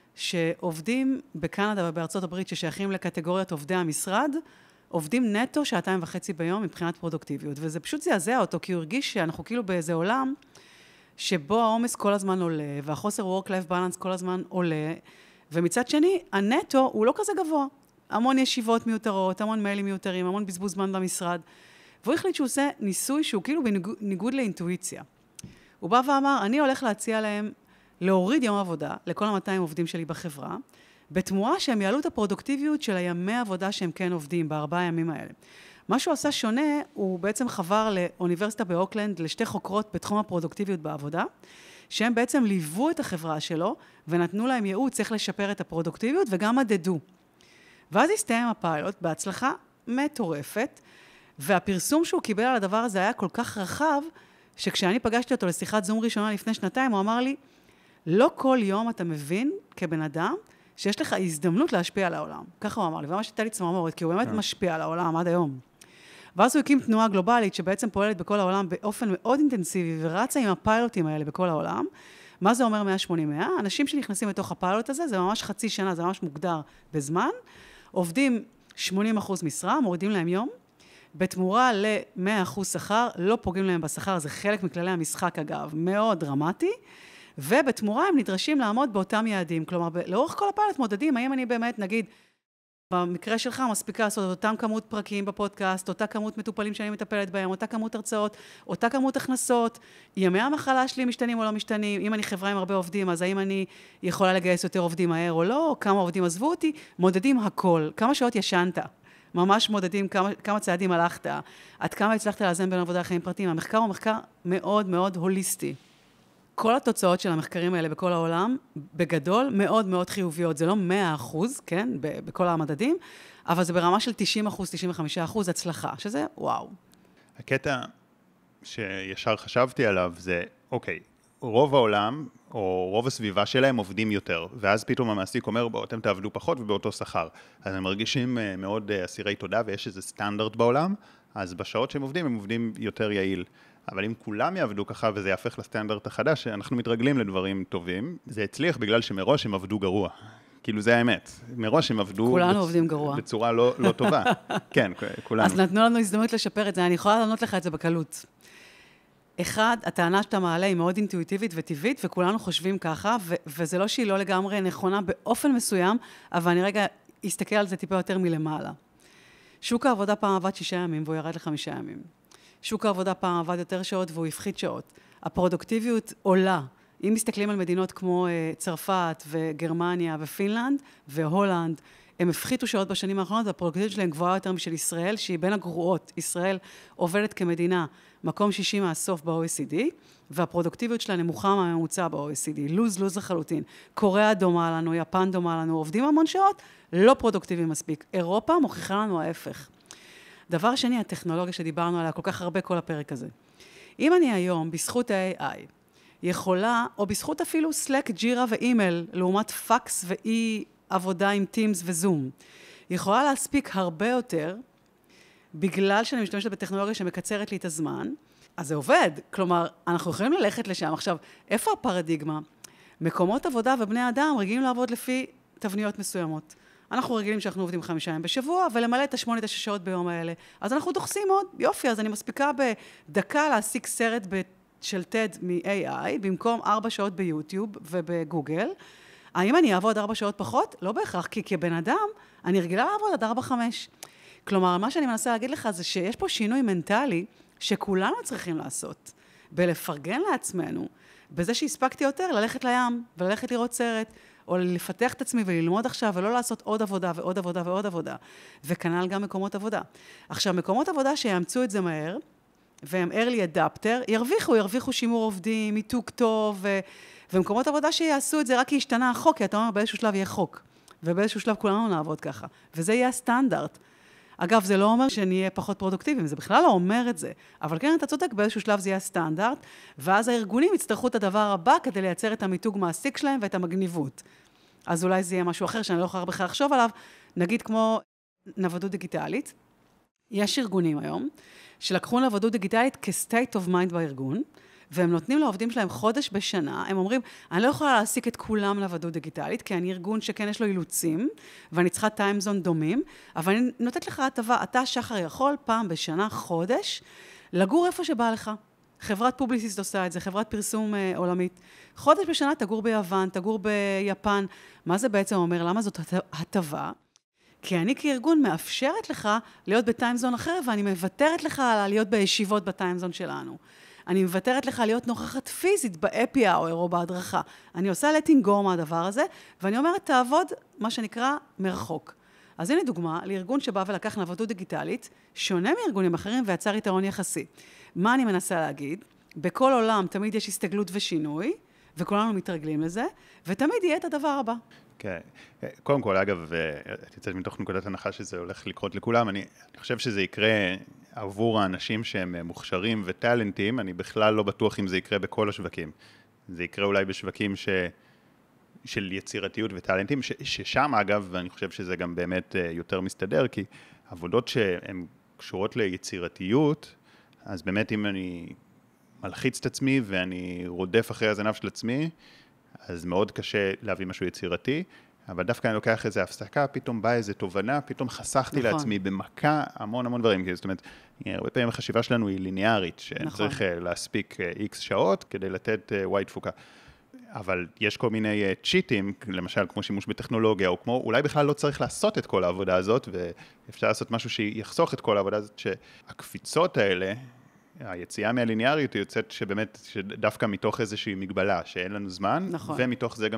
שעובדים בקנדה ובארצות הברית ששייכים לקטגוריית עובדי המשרד, עובדים נטו 2.5 ביום מבחינת פרודוקטיביות, וזה פשוט זעזע אותו, כי הוא הרגיש שאנחנו כאילו באיזה עולם, שבו העומס כל הזמן עולה, והחוסר work-life balance כל הזמן עולה, ומצד שני, הנטו הוא לא כזה גבוה. המון ישיבות מיותרות, המון מיילים מיותרים, המון בזבוז זמן במשרד, והוא החליט שהוא עושה ניסוי שהוא כאילו בניגוד לאינטואיציה. הוא בא ואמר, אני הולך להציע להם להוריד יום עבודה לכל 200 עובדים שלי בחברה, בתמורה שהם יעלו את הפרודוקטיביות של הימי עבודה שהם כן עובדים ב4 ימים האלה. מה שהוא עשה שונה, הוא בעצם חבר לאוניברסיטה באוקלנד, לשתי חוקרות בתחום הפרודוקטיביות בעבודה, שהם בעצם ליוו את החברה שלו, ונתנו להם ייעוץ איך לשפר את הפרודוקטיביות, וגם מדדו. ואז הסתיים הפיילוט בהצלחה מטורפת, והפרסום שהוא קיבל על הדבר הזה היה כל כך רחב, שכשאני פגשתי אותו לשיחת זום ראשונה לפני שנתיים, הוא אמר לי, לא כל יום אתה מבין כבן אדם, שיש לך הזדמנות להשפיע על העולם. ככה הוא אמר לי, וממש הייתה לי צמרמורת, כי הוא באמת משפיע על העולם עד היום. ואז הוא הקים תנועה גלובלית שבעצם פועלת בכל העולם באופן מאוד אינטנסיבי, ורצה עם הפיילוטים האלה בכל העולם. מה זה אומר 180-100? אנשים שנכנסים לתוך הפיילוט הזה, זה ממש חצי שנה, זה ממש מוגדר בזמן, עובדים 80% משרה, מורידים להם יום, בתמורה ל-100% שכר, לא פוגעים להם בשכר, זה חלק מכללי המשחק אגב, מאוד דרמטי, ובתמורה הם נדרשים לעמוד באותם יעדים, כלומר, לאורך כל הפיילוט מודדים, האם אני באמת, נגיד, במקרה שלך מספיקה לעשות אותם כמות פרקים בפודקאסט, אותה כמות מטופלים שאני מטפלת בהם, אותה כמות הרצאות, אותה כמות הכנסות, ימי המחלה שלי משתנים או לא משתנים, אם אני חברה עם הרבה עובדים, אז האם אני יכולה לגייס יותר עובדים מהר או לא, כמה עובדים עזבו אותי, מודדים הכל, כמה שעות ישנת, ממש מודדים כמה צעדים הלכת, עד כמה הצלחת לאזן בין עבודה לחיים פרטיים, המחקר הוא מחקר מאוד מאוד הוליסטי. כל התוצאות של המחקרים האלה בכל העולם, בגדול, מאוד מאוד חיוביות. זה לא 100%, כן, בכל המדדים, אבל זה ברמה של 90%, 95% הצלחה, שזה וואו. הקטע שישר חשבתי עליו זה, אוקיי, רוב העולם, או רוב הסביבה שלהם עובדים יותר, ואז פתאום המעסיק אומר, בואו, אתם תעבדו פחות ובאותו שכר. אז הם מרגישים מאוד אסירי תודה, ויש איזה סטנדרט בעולם, אז בשעות שהם עובדים, הם עובדים יותר יעיל. אבל אם כולם יעבדו ככה וזה יהפך לסטנדרט החדש, שאנחנו מתרגלים לדברים טובים, זה הצליח בגלל שמראש הם עבדו גרוע. כאילו זה האמת. מראש הם עבדו כולנו עובדים גרוע. בצורה לא טובה. כן, כולנו. אז נתנו לנו הזדמנות לשפר את זה, אני יכולה לענות לך את זה בקלות. אחד, הטענה שאתה מעלה היא מאוד אינטואיטיבית וטבעית, וכולנו חושבים ככה, וזה לא שהיא לא לגמרי נכונה באופן מסוים, אבל אני רגע אסתכל על זה טיפה יותר מלמעלה. שוק העבודה פעם עבד 6 ימים, והוא ירד ל5 ימים. שוק העבודה פעם עבד יותר שעות והוא הפחית שעות. הפרודוקטיביות עולה. אם מסתכלים על מדינות כמו צרפת וגרמניה ופינלנד והולנד, הם הפחיתו שעות בשנים האחרונות, והפרודוקטיביות שלהם גבוהה יותר משל ישראל, שהיא בין הגרועות. ישראל עובדת כמדינה מקום 60 מהסוף ב-OECD, והפרודוקטיביות שלה נמוכה מהממוצע ב-OECD. לוז לחלוטין. קוריאה דומה לנו, יפן דומה לנו, עובדים המון שעות, לא פרודוקטיביים מספיק. אירופה מוכיחה לנו ההפך. דבר שני, הטכנולוגיה שדיברנו עליה כל כך הרבה כל הפרק הזה. אם אני היום, בזכות ה-AI, יכולה, או בזכות אפילו Slack, ג'ירה ואימייל, לעומת פקס ואי עבודה עם Teams וזום, יכולה להספיק הרבה יותר, בגלל שאני משתמשת בטכנולוגיה שמקצרת לי את הזמן, אז זה עובד. כלומר, אנחנו יכולים ללכת לשם. עכשיו, איפה הפרדיגמה? מקומות עבודה ובני אדם רגילים לעבוד לפי תבניות מסוימות. אנחנו רגילים שאנחנו עובדים 5 ימים בשבוע, ולמלא את 8-9 שעות ביום האלה. אז אנחנו דוחסים עוד, יופי, אז אני מספיקה בדקה להשיג סרט של TED מ-AI, במקום 4 שעות ביוטיוב ובגוגל. האם אני אעבוד 4 שעות פחות? לא בהכרח, כי כבן אדם, אני רגילה לעבוד עד 4-5. כלומר, מה שאני מנסה להגיד לך זה שיש פה שינוי מנטלי, שכולנו צריכים לעשות, בלפרגן לעצמנו, בזה שהספקתי יותר, ללכת לים, וללכת לראות סרט, או לפתח את עצמי וללמוד עכשיו, ולא לעשות עוד עבודה ועוד עבודה ועוד עבודה. וכנ"ל גם מקומות עבודה. עכשיו, מקומות עבודה שיאמצו את זה מהר, והם early adapter, ירוויחו שימור עובדים, מיתוג טוב, ומקומות עבודה שיעשו את זה רק כי השתנה החוק, כי אתה אומר, באיזשהו שלב יהיה חוק. ובאיזשהו שלב כולנו נעבוד ככה. וזה יהיה הסטנדרט. אגב, זה לא אומר שנהיה פחות פרודוקטיביים, זה בכלל לא אומר את זה. אבל כן, אתה צודק, באיזשהו שלב זה יהיה הסטנדרט, ואז הארגונים יצטרכו את הדבר הבא כדי לייצר את המיתוג מעסיק שלהם ואת המגניבות. אז אולי זה יהיה משהו אחר שאני לא יכולה בכלל לחשוב עליו, נגיד כמו נוודות דיגיטלית. יש ארגונים היום שלקחו נוודות דיגיטלית כ-state of mind בארגון, והם נותנים לעובדים שלהם חודש בשנה, הם אומרים, אני לא יכולה להעסיק את כולם נוודות דיגיטלית, כי אני ארגון שכן יש לו אילוצים, ואני צריכה טיימזון דומים, אבל אני נותנת לך הטבה, אתה שחר יכול פעם בשנה, חודש, לגור איפה שבא לך. חברת פובליסיסט עושה את זה, חברת פרסום עולמית. חודש בשנה תגור ביוון, תגור ביפן. מה זה בעצם אומר? למה זאת הטבה? כי אני כארגון מאפשרת לך להיות בטיימזון אחר, ואני מבטרת לך על להיות בישיבות בטיימזון שלנו. אני מוותרת לך להיות נוכחת פיזית באפי האוור או בהדרכה. אני עושה letting go מהדבר הזה, ואני אומרת, תעבוד, מה שנקרא, מרחוק. אז הנה דוגמה לארגון שבא ולקח נוודות דיגיטלית, שונה מארגונים אחרים ויצר יתרון יחסי. מה אני מנסה להגיד? בכל עולם תמיד יש הסתגלות ושינוי, וכולנו מתרגלים לזה, ותמיד יהיה את הדבר הבא. כן. קודם כל, אגב, את יוצאת מתוך נקודת הנחה שזה הולך לקרות לכולם, אני חושב שזה יקרה עבור האנשים שהם מוכשרים וטלנטים, אני בכלל לא בטוח אם זה יקרה בכל השווקים. זה יקרה אולי בשווקים של יצירתיות וטלנטים, ששם אגב, ואני חושב שזה גם באמת יותר מסתדר, כי עבודות שהן קשורות ליצירתיות, אז באמת אם אני מלחיץ את עצמי ואני רודף אחרי הזנב של עצמי, אז מאוד קשה להביא משהו יצירתי, אבל דווקא אני לוקח איזו הפסקה, פתאום באה איזו תובנה, פתאום חסכתי לעצמי במכה המון דברים, זאת אומרת, הרבה פעמים החשיבה שלנו היא ליניארית, שצריך להספיק X שעות כדי לתת Y תפוקה. אבל יש כל מיני צ'יטים, למשל כמו שימוש בטכנולוגיה, או כמו, אולי בכלל לא צריך לעשות את כל העבודה הזאת, ואפשר לעשות משהו שיחסוך את כל העבודה הזאת, שהקפיצות האלה, היציאה מהליניאריות היא יוצאת שבאמת, שדווקא מתוך איזושהי מגבלה, שאין לנו זמן, נכון. ומתוך זה גם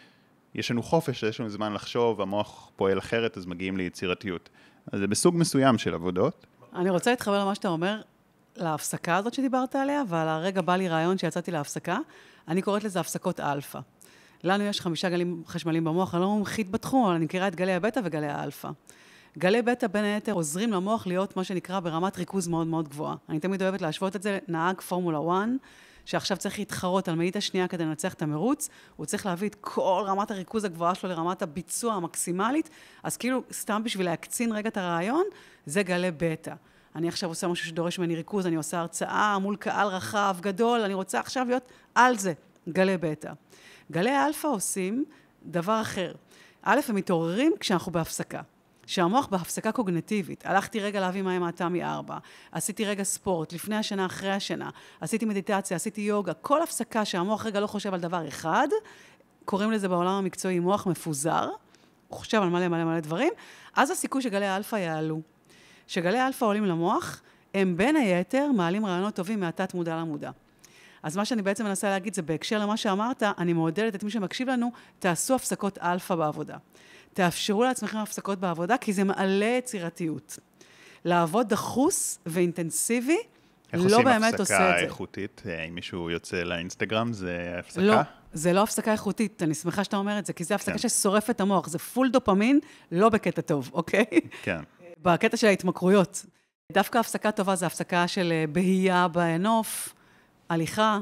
שיש לנו חופש, יש לנו זמן לחשוב, המוח פועל אחרת, אז מגיעים ליצירתיות. אז זה בסוג מסוים של עבודות. אני רוצה להתחבר למה שאתה אומר, להפסקה הזאת שדיברת עליה, ועל הרגע בא לי רעיון שיצאתי להפסקה, אני קוראת לזה הפסקות אלפא. לנו יש 5 גלים חשמליים במוח, אני לא מומחית בתחום, אבל אני מכירה את גלי הבטא וגלי האלפא. גלי בטא בין היתר עוזרים למוח להיות מה שנקרא ברמת ריכוז מאוד גבוהה. אני תמיד אוהבת להשוות את זה לנהג פורמולה 1, שעכשיו צריך להתחרות על מאית השנייה כדי לנצח את המרוץ, הוא צריך להביא את כל רמת הריכוז הגבוהה שלו לרמת הביצוע המקסימלית, אז כאילו סתם בשביל להקצין רגע את הרעיון, זה גלי בטא. אני עכשיו עושה משהו שדורש ממני ריכוז, אני עושה הרצאה מול קהל רחב, גדול, אני רוצה עכשיו להיות על זה, גלי בטא. גלי האלפא עושים דבר אחר. א', הם מתעוררים כשאנחנו בהפסקה. שהמוח בהפסקה קוגניטיבית. הלכתי רגע להביא מים מהתמי 4, עשיתי רגע ספורט, לפני השנה, אחרי השנה, עשיתי מדיטציה, עשיתי יוגה, כל הפסקה שהמוח רגע לא חושב על דבר אחד, קוראים לזה בעולם המקצועי מוח מפוזר, הוא חושב על מלא דברים, אז הסיכוי שגלי האלפא יעלו. שגלי האלפא עולים למוח, הם בין היתר מעלים רעיונות טובים מהתת מודע למודע. אז מה שאני בעצם מנסה להגיד זה בהקשר למה שאמרת, אני מעודדת את מי שמקשיב לנו, תעשו הפסקות אלפא בעבודה. תאפשרו לעצמכם הפסקות בעבודה, כי זה מעלה יצירתיות. לעבוד דחוס ואינטנסיבי, לא באמת עושה את זה. איך עושים הפסקה איכותית? אם מישהו יוצא לאינסטגרם, זה הפסקה? לא, זה לא הפסקה איכותית, אני שמחה שאתה אומר את זה, כי זה הפסקה ששורף את המוח, זה פול דופמין, לא בקטע טוב, אוקיי? כן. בקטע של ההתמכרויות. דווקא הפסקה טובה זה הפסקה של בהייה בנוף, הליכה.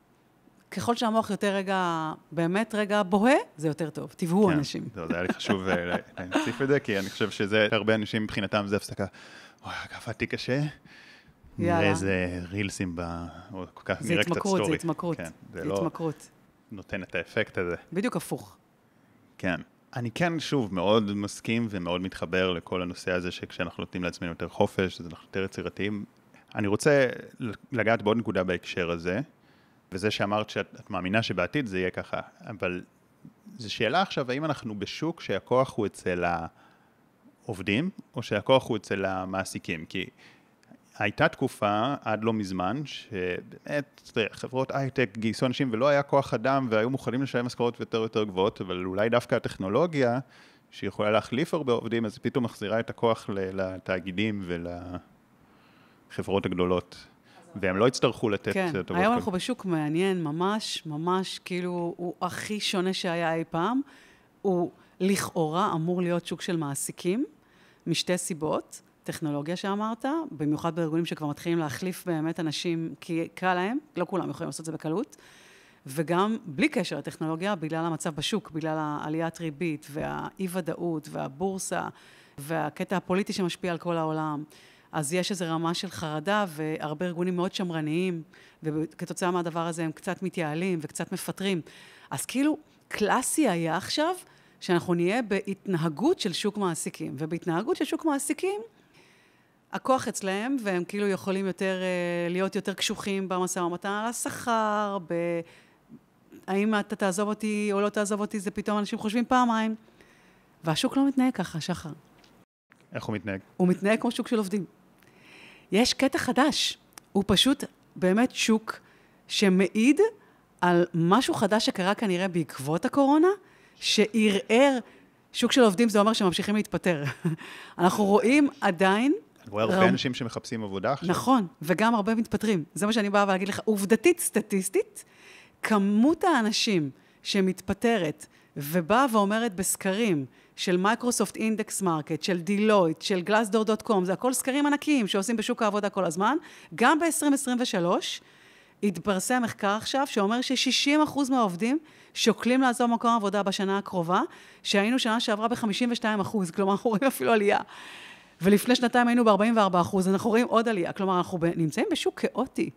ככל שהמוח יותר רגע, באמת רגע בוהה, זה יותר טוב. תבהו אנשים. זה היה לי חשוב להציף את זה, כי אני חושב שזה, הרבה אנשים מבחינתם זה הפסקה. אוי, עבדתי קשה. נראה איזה רילסים או כל כך, נראה קצת סטורי. זה התמכרות. זה התמכרות. נותן את האפקט הזה. בדיוק הפוך. כן. אני כן, שוב, מאוד מסכים ומאוד מתחבר לכל הנושא הזה, שכשאנחנו נותנים לעצמנו יותר חופש, אז אנחנו יותר יצירתיים. אני רוצה לגעת בעוד נקודה בהקשר הזה, וזה שאמרת שאת מאמינה שבעתיד זה יהיה ככה, אבל זו שאלה עכשיו, האם אנחנו בשוק שהכוח הוא אצל העובדים, או שהכוח הוא אצל המעסיקים? כי הייתה תקופה עד לא מזמן, שבאמת חברות הייטק גייסו אנשים ולא היה כוח אדם, והיו מוכנים לשלם משכורות יותר גבוהות, אבל אולי דווקא הטכנולוגיה, שיכולה להחליף הרבה עובדים, אז פתאום מחזירה את הכוח לתאגידים ולחברות הגדולות. והם לא יצטרכו לתת טובות. כן, היום אנחנו בשוק מעניין, ממש, כאילו, הוא הכי שונה שהיה אי פעם. הוא לכאורה אמור להיות שוק של מעסיקים, משתי סיבות. טכנולוגיה שאמרת, במיוחד בארגונים שכבר מתחילים להחליף באמת אנשים, כי קל להם, לא כולם יכולים לעשות את זה בקלות, וגם בלי קשר לטכנולוגיה, בגלל המצב בשוק, בגלל העליית ריבית, והאי-ודאות, והבורסה, והקטע הפוליטי שמשפיע על כל העולם. אז יש איזו רמה של חרדה, והרבה ארגונים מאוד שמרניים, וכתוצאה מהדבר הזה הם קצת מתייעלים וקצת מפטרים. אז כאילו, קלאסי היה עכשיו, שאנחנו נהיה בהתנהגות של שוק מעסיקים. ובהתנהגות של שוק מעסיקים, הכוח אצלהם, והם כאילו יכולים להיות יותר קשוחים במשא ומתן על השכר, האם אתה תעזוב אותי או לא תעזוב אותי, זה פתאום אנשים חושבים פעמיים. והשוק לא מתנהג ככה, שחר. איך הוא מתנהג? הוא מתנהג כמו שוק של עובדים. יש קטע חדש. הוא פשוט באמת שוק שמעיד על משהו חדש שקרה כנראה בעקבות הקורונה, שערער שוק של עובדים, זה אומר שממשיכים להתפטר. אנחנו רואים עדיין... אני רואה הרבה אנשים שמחפשים עבודה עכשיו. נכון, וגם הרבה מתפטרים. זה מה שאני באה להגיד לך. עובדתית, סטטיסטית, כמות האנשים שמתפטרת ובאה ואומרת בסקרים של מייקרוסופט אינדקס מרקט, של דילויט, של גלאסדור.קום, זה הכל סקרים ענקיים שעושים בשוק העבודה כל הזמן, גם ב-2023 התפרסם מחקר עכשיו שאומר ש60% מהעובדים שוקלים לעזוב מקום עבודה בשנה הקרובה, שהיינו שנה שעברה ב-52%, כלומר אנחנו רואים אפילו עלייה. ולפני שנתיים היינו ב-44%, אנחנו רואים עוד עלייה, כלומר אנחנו נמצאים בשוק כאוטי.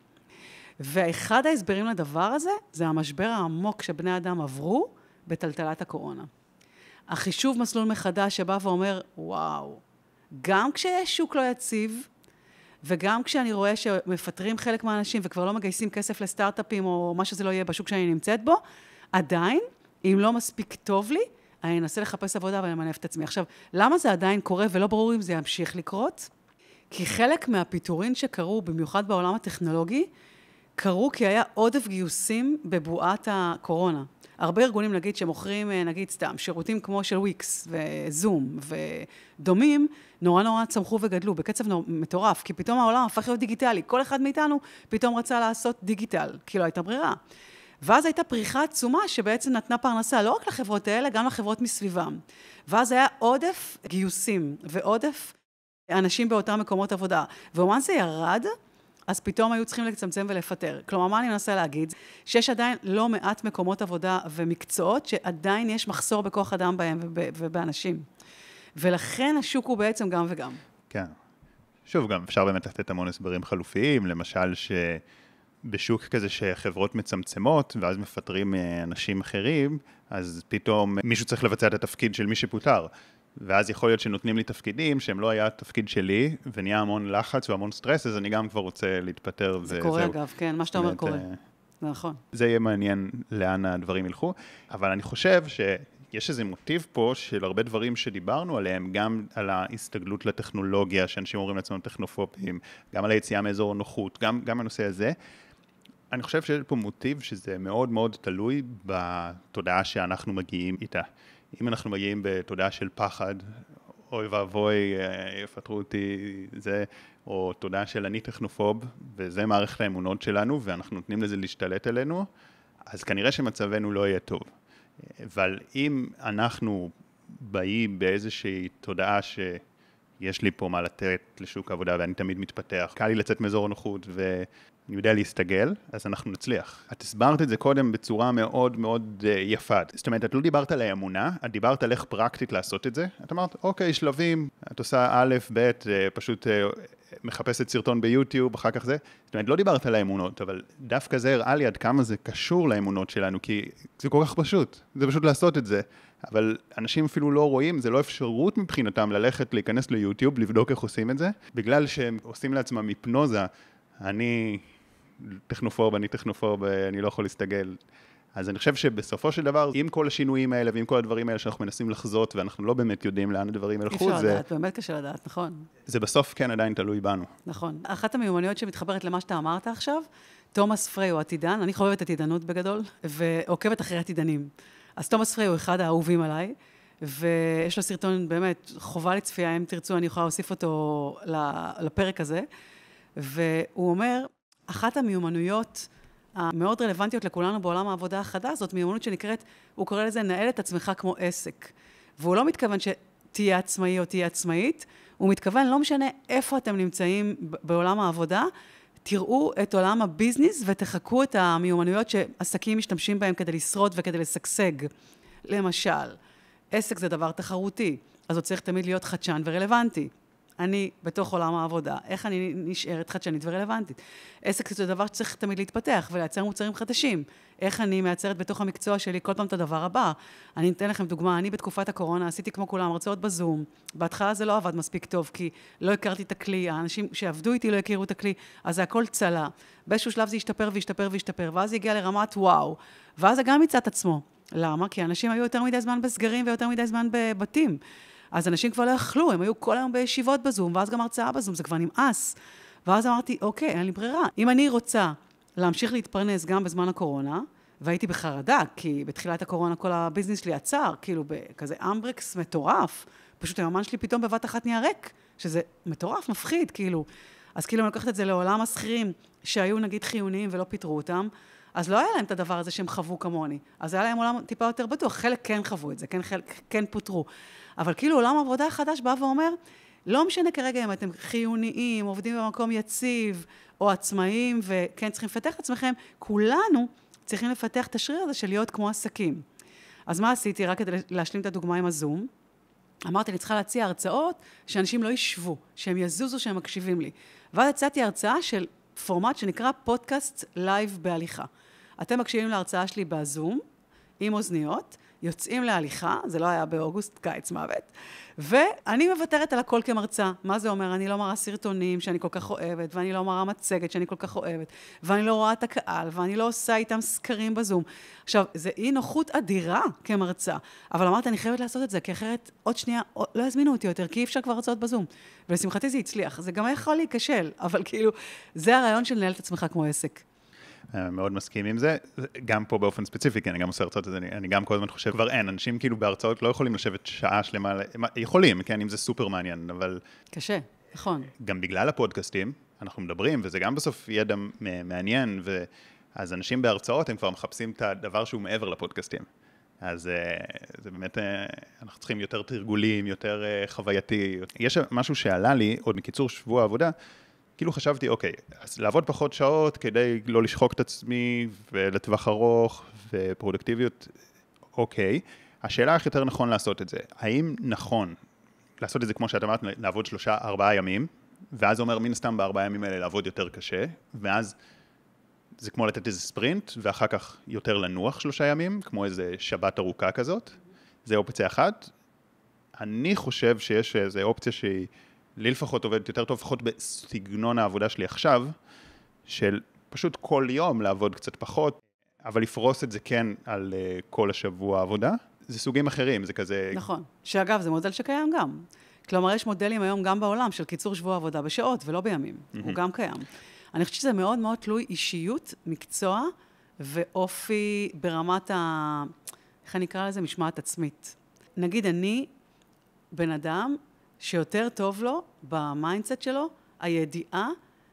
ואחד ההסברים לדבר הזה, זה המשבר העמוק שבני אדם עברו בטלטלת הקורונה. החישוב מסלול מחדש שבא ואומר, וואו, גם כשיש שוק לא יציב, וגם כשאני רואה שמפטרים חלק מהאנשים וכבר לא מגייסים כסף לסטארט-אפים או מה שזה לא יהיה בשוק שאני נמצאת בו, עדיין, אם לא מספיק טוב לי, אני אנסה לחפש עבודה ולמנף את עצמי. עכשיו, למה זה עדיין קורה ולא ברור אם זה ימשיך לקרות? כי חלק מהפיטורין שקרו, במיוחד בעולם הטכנולוגי, קרו כי היה עודף גיוסים בבועת הקורונה. הרבה ארגונים, נגיד, שמוכרים, נגיד, סתם, שירותים כמו של וויקס וזום ודומים, נורא צמחו וגדלו בקצב מטורף, כי פתאום העולם הפך להיות דיגיטלי. כל אחד מאיתנו פתאום רצה לעשות דיגיטל, כי לא הייתה ברירה. ואז הייתה פריחה עצומה שבעצם נתנה פרנסה, לא רק לחברות האלה, גם לחברות מסביבם. ואז היה עודף גיוסים ועודף אנשים באותם מקומות עבודה. ואומן זה ירד, אז פתאום היו צריכים לצמצם ולפטר. כלומר, מה אני מנסה להגיד? שיש עדיין לא מעט מקומות עבודה ומקצועות שעדיין יש מחסור בכוח אדם בהם ובאנשים. ולכן השוק הוא בעצם גם וגם. כן. שוב, גם אפשר באמת לתת המון הסברים חלופיים, למשל שבשוק כזה שחברות מצמצמות, ואז מפטרים אנשים אחרים, אז פתאום מישהו צריך לבצע את התפקיד של מי שפוטר. ואז יכול להיות שנותנים לי תפקידים שהם לא היה התפקיד שלי, ונהיה המון לחץ והמון סטרס, אז אני גם כבר רוצה להתפטר. זה קורה אגב, כן, מה שאתה אומר קורה. נכון. זה יהיה מעניין לאן הדברים ילכו, אבל אני חושב שיש איזה מוטיב פה של הרבה דברים שדיברנו עליהם, גם על ההסתגלות לטכנולוגיה, שאנשים אומרים לעצמם טכנופופים, גם על היציאה מאזור הנוחות, גם הנושא הזה. אני חושב שיש פה מוטיב שזה מאוד מאוד תלוי בתודעה שאנחנו מגיעים איתה. אם אנחנו מגיעים בתודעה של פחד, אוי ואבוי, יפטרו אותי, זה, או תודעה של אני טכנופוב, וזה מערכת האמונות שלנו, ואנחנו נותנים לזה להשתלט עלינו, אז כנראה שמצבנו לא יהיה טוב. אבל אם אנחנו באים באיזושהי תודעה שיש לי פה מה לתת לשוק העבודה, ואני תמיד מתפתח, קל לי לצאת מאזור הנוחות, אני יודע להסתגל, אז אנחנו נצליח. את הסברת את זה קודם בצורה מאוד מאוד יפה. זאת אומרת, את לא דיברת על האמונה, את דיברת על איך פרקטית לעשות את זה. את אמרת, אוקיי, שלבים, את עושה א', ב', פשוט מחפשת סרטון ביוטיוב, אחר כך זה. זאת אומרת, לא דיברת על האמונות, אבל דווקא זה הראה לי עד כמה זה קשור לאמונות שלנו, כי זה כל כך פשוט. זה פשוט לעשות את זה. אבל אנשים אפילו לא רואים, זה לא אפשרות מבחינתם ללכת, להיכנס ליוטיוב, לבדוק איך עושים את זה, בגלל שהם עושים לעצמם היפנוזה, אני טכנופוב, אני לא יכול להסתגל. אז אני חושב שבסופו של דבר, עם כל השינויים האלה ועם כל הדברים האלה שאנחנו מנסים לחזות, ואנחנו לא באמת יודעים לאן הדברים ילכו, אי אפשר לדעת, באמת קשה לדעת, נכון. זה בסוף כן עדיין תלוי בנו. נכון. אחת המיומנויות שמתחברת למה שאתה אמרת עכשיו, תומאס פריי הוא עתידן, אני חובבת עתידנות בגדול, ועוקבת אחרי עתידנים. אז תומאס פריי הוא אחד האהובים עליי, ויש לו סרטון באמת חובה לצפייה, אם תרצו אני יכולה להוסיף אותו לפרק הזה, והוא אומר, אחת המיומנויות המאוד רלוונטיות לכולנו בעולם העבודה החדה, זאת מיומנות שנקראת, הוא קורא לזה, נהל את עצמך כמו עסק. והוא לא מתכוון שתהיה עצמאי או תהיה עצמאית, הוא מתכוון, לא משנה איפה אתם נמצאים בעולם העבודה, תראו את עולם הביזנס ותחכו את המיומנויות שעסקים משתמשים בהם כדי לשרוד וכדי לשגשג. למשל, עסק זה דבר תחרותי, אז הוא צריך תמיד להיות חדשן ורלוונטי. אני בתוך עולם העבודה, איך אני נשארת חדשנית ורלוונטית. עסק זה דבר שצריך תמיד להתפתח ולייצר מוצרים חדשים. איך אני מייצרת בתוך המקצוע שלי כל פעם את הדבר הבא. אני אתן לכם דוגמה, אני בתקופת הקורונה עשיתי כמו כולם הרצאות בזום. בהתחלה זה לא עבד מספיק טוב, כי לא הכרתי את הכלי, האנשים שעבדו איתי לא הכירו את הכלי, אז זה הכל צלה. באיזשהו שלב זה ישתפר וישתפר וישתפר, ואז זה הגיע לרמת וואו. ואז זה גם מצא את עצמו. למה? כי אנשים היו יותר מדי זמן בסגרים ויותר מדי זמן בבתים. אז אנשים כבר לא יכלו, הם היו כל היום בישיבות בזום, ואז גם הרצאה בזום, זה כבר נמאס. ואז אמרתי, אוקיי, אין לי ברירה. אם אני רוצה להמשיך להתפרנס גם בזמן הקורונה, והייתי בחרדה, כי בתחילת הקורונה כל הביזנס שלי עצר, כאילו בכזה אמברקס מטורף, פשוט היומן שלי פתאום בבת אחת נהיה ריק, שזה מטורף, מפחיד, כאילו. אז כאילו אני לוקחת את זה לעולם השכירים, שהיו נגיד חיוניים ולא פיתרו אותם, אז לא היה להם את הדבר הזה שהם חוו כמוני. אז היה להם עולם טיפה יותר בטוח, חלק כן חוו את זה, חלק כן פוטרו. אבל כאילו עולם העבודה החדש בא ואומר, לא משנה כרגע אם אתם חיוניים, עובדים במקום יציב, או עצמאים, וכן צריכים לפתח את עצמכם, כולנו צריכים לפתח את השריר הזה של להיות כמו עסקים. אז מה עשיתי? רק כדי להשלים את הדוגמה עם הזום. אמרתי, אני צריכה להציע הרצאות שאנשים לא ישבו, שהם יזוזו, שהם מקשיבים לי. ואז הצעתי הרצאה של פורמט שנקרא פודקאסט לייב בהליכה. אתם מקשיבים להרצאה שלי בזום, עם אוזניות, יוצאים להליכה, זה לא היה באוגוסט, קיץ מוות, ואני מוותרת על הכל כמרצה. מה זה אומר? אני לא מראה סרטונים שאני כל כך אוהבת, ואני לא מראה מצגת שאני כל כך אוהבת, ואני לא רואה את הקהל, ואני לא עושה איתם סקרים בזום. עכשיו, זה אי נוחות אדירה כמרצה, אבל אמרתי, אני חייבת לעשות את זה, כי אחרת עוד שנייה לא יזמינו אותי יותר, כי אי אפשר כבר הרצאות בזום. ולשמחתי זה הצליח. זה גם יכול להיכשל, אבל כאילו, זה הרעיון של לנהל את עצמך כמו עסק. מאוד מסכים עם זה, גם פה באופן ספציפי, כי אני גם עושה הרצאות, אני גם כל הזמן חושב, כבר אין, אנשים כאילו בהרצאות לא יכולים לשבת שעה שלמה, יכולים, כן, אם זה סופר מעניין, אבל... קשה, נכון. גם בגלל הפודקאסטים, אנחנו מדברים, וזה גם בסוף ידע מעניין, אז אנשים בהרצאות, הם כבר מחפשים את הדבר שהוא מעבר לפודקאסטים. אז זה באמת, אנחנו צריכים יותר תרגולים, יותר חווייתי. יש משהו שעלה לי, עוד מקיצור שבוע העבודה, כאילו חשבתי, אוקיי, אז לעבוד פחות שעות כדי לא לשחוק את עצמי ולטווח ארוך ופרודקטיביות, אוקיי. השאלה איך יותר נכון לעשות את זה. האם נכון לעשות את זה כמו שאת אמרת, לעבוד 3-4 ימים, ואז אומר מן הסתם ב4 ימים האלה לעבוד יותר קשה, ואז זה כמו לתת איזה ספרינט, ואחר כך יותר לנוח 3 ימים, כמו איזה שבת ארוכה כזאת. זה אופציה אחת. אני חושב שיש איזו אופציה שהיא לי לפחות עובדת יותר טוב, לפחות בסגנון העבודה שלי עכשיו, של פשוט כל יום לעבוד קצת פחות, אבל לפרוס את זה כן על כל השבוע העבודה. זה סוגים אחרים, זה כזה... נכון, שאגב, זה מודל שקיים גם. כלומר, יש מודלים היום גם בעולם של קיצור שבוע עבודה בשעות ולא בימים. הוא גם קיים. אני חושבת שזה מאוד מאוד תלוי אישיות, מקצוע ואופי ברמת איך אני אקרא לזה? משמעת עצמית. נגיד, אני בן אדם שיותר טוב לו, במיינדסט שלו, הידיעה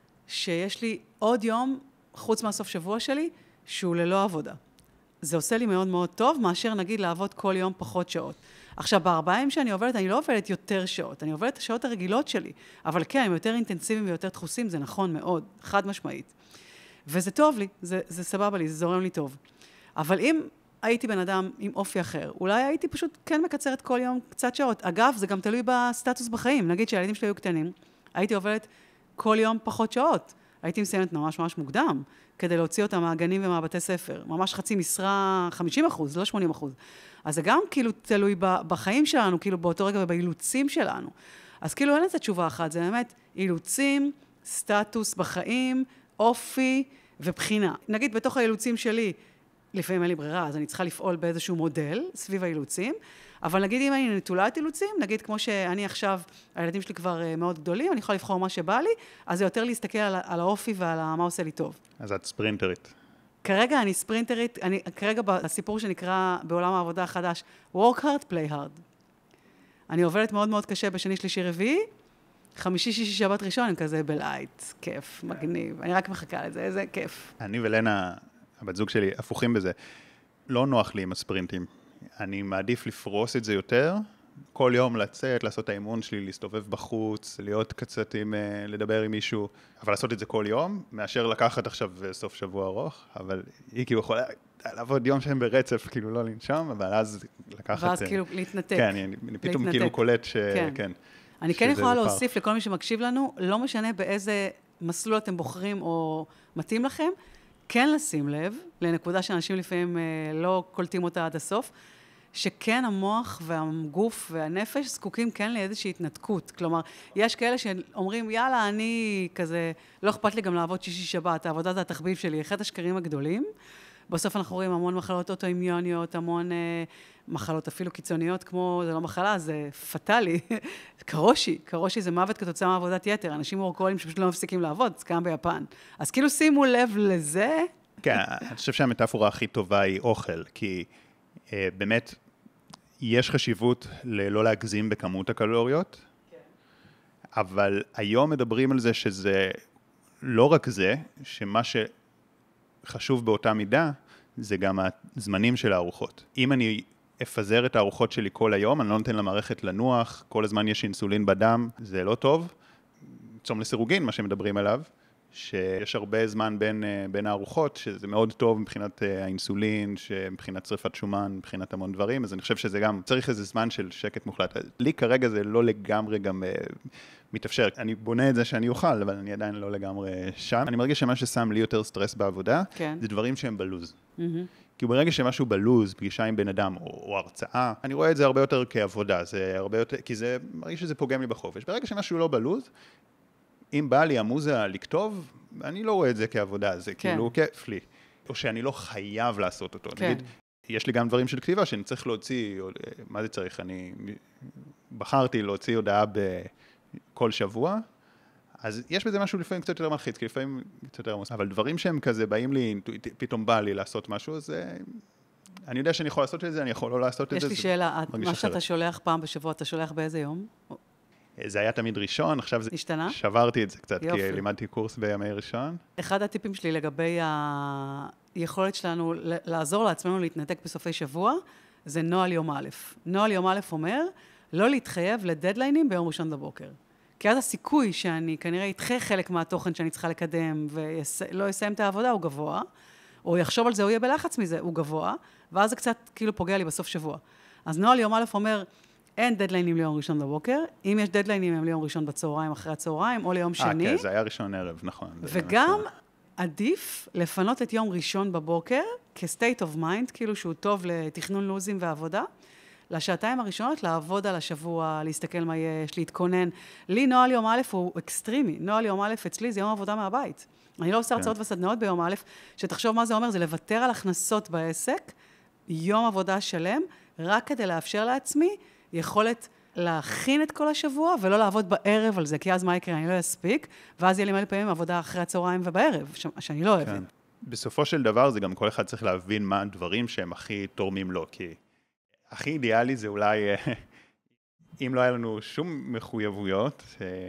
שיש לי עוד יום, חוץ מהסוף שבוע שלי, שהוא ללא עבודה. זה עושה לי מאוד מאוד טוב, מאשר נגיד לעבוד כל יום פחות שעות. עכשיו, ב4 ימים שאני עובדת, אני לא עובדת יותר שעות, אני עובדת את השעות הרגילות שלי, אבל כן, הם יותר אינטנסיביים ויותר דחוסים, זה נכון מאוד, חד משמעית. וזה טוב לי, זה סבבה לי, זה זורם לי טוב. אבל אם הייתי בן אדם עם אופי אחר, אולי הייתי פשוט כן מקצרת כל יום קצת שעות. אגב, זה גם תלוי בסטטוס בחיים. נגיד שהילדים שלי היו קטנים, הייתי עובדת כל יום פחות שעות. הייתי מסיימת ממש ממש מוקדם, כדי להוציא אותם מהגנים ומהבתי ספר. ממש חצי משרה, 50%, לא 80%. אז זה גם כאילו תלוי בחיים שלנו, כאילו באותו רגע ובאילוצים שלנו. אז כאילו אין לזה תשובה אחת, זה באמת אילוצים, סטטוס בחיים, אופי ובחינה. נגיד בתוך האילוצים שלי, לפעמים אין לי ברירה, אז אני צריכה לפעול באיזשהו מודל סביב האילוצים, אבל נגיד אם אני נטולת אילוצים, נגיד כמו שאני עכשיו, הילדים שלי כבר מאוד גדולים, אני יכולה לבחור מה שבא לי, אז זה יותר להסתכל על האופי ועל מה עושה לי טוב. אז את ספרינטרית. כרגע אני ספרינטרית, כרגע בסיפור שנקרא בעולם העבודה החדש, work hard, play hard. אני עובדת מאוד מאוד קשה בשני, שלישי, רביעי, חמישי, שישי, שבת ראשון, כזה בלייט, כיף, מגניב. אני רק מחכה לזה, איזה כיף. אני ולנה, הבת זוג שלי, הפוכים בזה. לא נוח לי עם הספרינטים. אני מעדיף לפרוס את זה יותר, כל יום לצאת, לעשות את האימון שלי, להסתובב בחוץ, להיות קצת לדבר עם מישהו, אבל לעשות את זה כל יום, מאשר לקחת עכשיו סוף שבוע ארוך, אבל היא כאילו יכולה לעבוד יום שהם ברצף, כאילו לא לנשום, אבל אז לקחת... ואז כאילו להתנתק. כן, אני פתאום כאילו קולט כן. אני כן יכולה להוסיף לכל מי שמקשיב לנו, לא משנה באיזה מסלול אתם בוחרים או מתאים לכם, כן לשים לב, לנקודה שאנשים לפעמים לא קולטים אותה עד הסוף, שכן המוח והגוף והנפש זקוקים כן לאיזושהי התנתקות. כלומר, יש כאלה שאומרים, יאללה, אני כזה, לא אכפת לי גם לעבוד שישי שבת, העבודה זה התחביב שלי, אחד השקרים הגדולים, בסוף אנחנו רואים המון מחלות אוטואימיוניות, המון מחלות אפילו קיצוניות, כמו, זה לא מחלה, זה פטלי. קרושי זה מוות כתוצאה מעבודת יתר. אנשים וורקולים שפשוט לא מפסיקים לעבוד, זה קיים ביפן. אז כאילו שימו לב לזה. כן, אני חושב שהמטאפורה הכי טובה היא אוכל, כי באמת יש חשיבות לא להגזים בכמות הקלוריות, אבל היום מדברים על זה שזה לא רק זה, שמה שחשוב באותה מידה, זה גם הזמנים של הארוחות. אם אני אפזר את הארוחות שלי כל היום, אני לא נותן למערכת לנוח, כל הזמן יש אינסולין בדם, זה לא טוב. צום לסירוגין, מה שמדברים עליו, שיש הרבה זמן בין הארוחות, שזה מאוד טוב מבחינת האינסולין, מבחינת שריפת שומן, מבחינת המון דברים, אז אני חושב שזה גם צריך איזה זמן של שקט מוחלט. לי כרגע זה לא לגמרי גם מתאפשר. אני בונה את זה שאני אוכל, אבל אני עדיין לא לגמרי שם. אני מרגיש שמה ששם לי יותר סטרס בעבודה, זה דברים שהם בלוז. כי ברגע שמשהו בלוז, פגישה עם בן אדם או הרצאה, אני רואה את זה הרבה יותר כעבודה, זה הרבה יותר, כי זה מרגיש שזה פוגם לי בחופש. ברגע שמשהו לא בלוז, אם בא לי המוזה לכתוב, אני לא רואה את זה כעבודה, זה כאילו כיף לי. או שאני לא חייב לעשות אותו. נגיד, יש לי גם דברים של כתיבה שאני צריך להוציא, מה זה צריך? אני בחרתי להוציא הודעה בכל שבוע, אז יש בזה משהו לפעמים קצת יותר מלחיץ, כי לפעמים קצת יותר עמוס. אבל דברים שהם כזה באים לי, פתאום בא לי לעשות משהו, אז אני יודע שאני יכול לעשות את זה, אני יכול לא לעשות את זה. יש לי שאלה, מה שאתה שולח פעם בשבוע, אתה שולח באיזה יום? זה היה תמיד ראשון, עכשיו זה... השתנה? שברתי את זה קצת, כי לימדתי קורס בימי ראשון. אחד הטיפים שלי לגבי היכולת שלנו לעזור לעצמנו להתנתק בסופי שבוע, זה נועל יום א'. נועל יום א' אומר, לא להתחייב לדדליינים ביום ראשון בבוקר. כי אז הסיכוי שאני כנראה אתחה חלק מהתוכן שאני צריכה לקדם, ולא אסיים את העבודה הוא גבוה, או יחשוב על זה, או יהיה בלחץ מזה, הוא גבוה, ואז זה קצת כאילו פוגע לי בסוף שבוע. אז נועל יום א' אומר, אין דדליינים ליום ראשון בבוקר, אם יש דדליינים הם ליום ראשון בצהריים, אחרי הצהריים, או ליום שני. כן, זה היה ראשון ערב, נכון. וגם עדיף לפנות את יום ראשון בבוקר, כ-state of mind, כאילו שהוא טוב לתכנון לוזים ועבודה, לשעתיים הראשונות לעבוד על השבוע, להסתכל מה יש, להתכונן. לי נועל יום א' הוא אקסטרימי, נועל יום א' אצלי זה יום עבודה מהבית. אני לא עושה הרצאות וסדנאות ביום א', שתחשוב מה זה אומר, זה לוותר על הכנסות בעסק, יום עבודה שלם, רק כדי לאפשר לעצמי יכולת להכין את כל השבוע, ולא לעבוד בערב על זה, כי אז מה יקרה? אני לא אספיק, ואז יהיה לי מלא פעמים עבודה אחרי הצהריים ובערב, שאני לא אוהבת. בסופו של דבר, זה גם כל אחד צריך להבין מה הדברים שהם הכי תורמים לו, כי הכי אידיאלי זה אולי, אם לא היה לנו שום מחויבויות,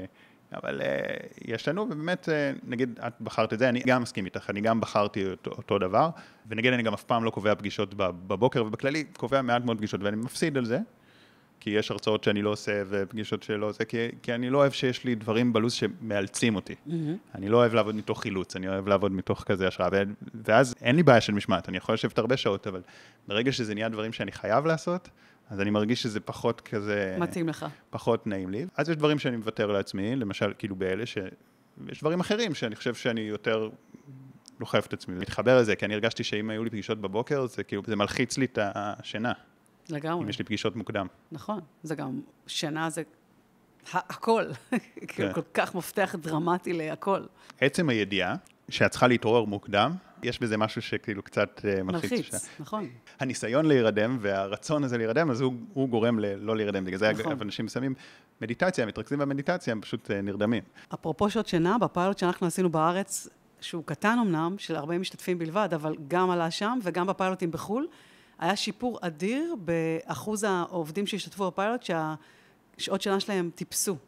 אבל יש לנו, ובאמת, נגיד, את בחרת את זה, אני גם מסכים איתך, אני גם בחרתי אותו דבר, ונגיד, אני גם אף פעם לא קובע פגישות בבוקר, ובכללי קובע מעט מאוד פגישות, ואני מפסיד על זה, כי יש הרצאות שאני לא עושה, ופגישות שלא עושה, כי אני לא אוהב שיש לי דברים בלוז שמאלצים אותי. אני לא אוהב לעבוד מתוך חילוץ, אני אוהב לעבוד מתוך כזה השראה, ואז אין לי בעיה של משמעת, אני יכול לשבת הרבה שעות, אבל ברגע שזה נהיה דברים שאני חייב לעשות, אז אני מרגיש שזה פחות כזה... מתאים לך. פחות נעים לי. אז יש דברים שאני מוותר לעצמי, למשל, כאילו באלה, יש דברים אחרים שאני חושב שאני יותר לוחף את עצמי. מתחבר לזה, כי אני הרגשתי שאם היו לי פגישות בבוקר, זה כאילו, זה מלחיץ לי את השינה. לגמרי. אם יש לי פגישות מוקדם. נכון. זה גם, שינה זה הכל. כאילו כל כך מפתח דרמטי להכל. עצם הידיעה שאת צריכה להתעורר מוקדם, יש בזה משהו שכאילו קצת מלחיץ, נכון. הניסיון להירדם והרצון הזה להירדם, אז הוא גורם לא להירדם. בגלל זה אנשים שמים מדיטציה, מתרכזים במדיטציה, הם פשוט נרדמים. אפרופו שעות שינה, בפיילוט שאנחנו עשינו בארץ, שהוא קטן אמנם, של 40 משתתפים בלבד, אבל גם עלה שם וגם בפיילוטים בחול, היה שיפור אדיר באחוז העובדים שהשתתפו בפיילוט, שהשעות שינה שלהם טיפסו.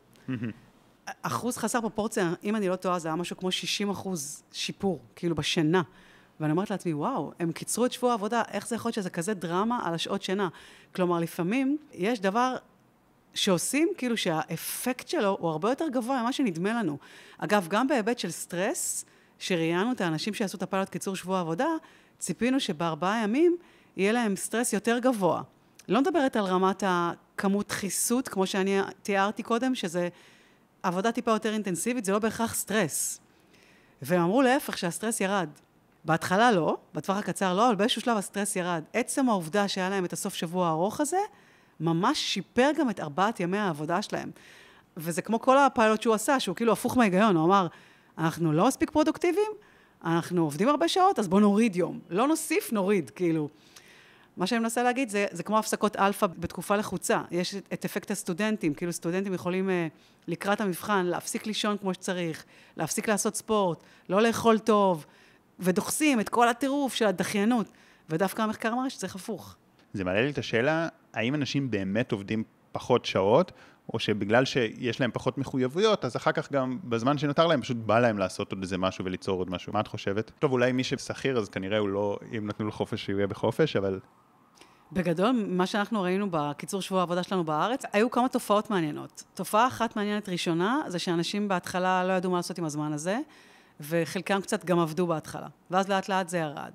אחוז חסר פרופורציה, אם אני לא טועה, זה היה משהו כמו 60% שיפור, כאילו בשינה. ואני אומרת לעצמי, וואו, הם קיצרו את שבוע העבודה, איך זה יכול להיות שזה כזה דרמה על השעות שינה? כלומר, לפעמים יש דבר שעושים, כאילו שהאפקט שלו הוא הרבה יותר גבוה ממה שנדמה לנו. אגב, גם בהיבט של סטרס, שראיינו את האנשים שעשו את הפיילוט קיצור שבוע העבודה, ציפינו שב4 ימים יהיה להם סטרס יותר גבוה. לא מדברת על רמת הכמות חיסות, כמו שאני תיארתי קודם, שזה עבודה טיפה יותר אינטנסיבית, זה לא בהכרח סטרס. והם אמרו להפך שהסטרס ירד. בהתחלה לא, בטווח הקצר לא, אבל באיזשהו שלב הסטרס ירד. עצם העובדה שהיה להם את הסוף שבוע הארוך הזה, ממש שיפר גם את 4 ימי העבודה שלהם. וזה כמו כל הפיילוט שהוא עשה, שהוא כאילו הפוך מההיגיון, הוא אמר, אנחנו לא מספיק פרודוקטיביים, אנחנו עובדים הרבה שעות, אז בוא נוריד יום. לא נוסיף, נוריד, כאילו. מה שאני מנסה להגיד, זה כמו הפסקות אלפא בתקופה לחוצה. יש את אפקט הסטודנטים, כאילו סטודנטים יכולים לקראת המבחן, להפסיק לישון כמו שצריך, להפסיק לעשות ספורט, לא לאכול טוב, ודוחסים את כל הטירוף של הדחיינות. ודווקא המחקר אמר שצריך הפוך. זה מעלה לי את השאלה, האם אנשים באמת עובדים פחות שעות, או שבגלל שיש להם פחות מחויבויות, אז אחר כך גם בזמן שנותר להם, פשוט בא להם לעשות עוד איזה משהו וליצור עוד משהו. מה את חושבת? טוב, אולי מי ששכיר, אז כנראה הוא לא, אם נתנו לו חופש, שהוא יהיה בחופש, אבל... בגדול, מה שאנחנו ראינו בקיצור שבוע העבודה שלנו בארץ, היו כמה תופעות מעניינות. תופעה אחת מעניינת ראשונה, זה שאנשים בהתחלה לא ידעו מה לעשות עם הזמן הזה, וחלקם קצת גם עבדו בהתחלה. ואז לאט לאט זה ירד.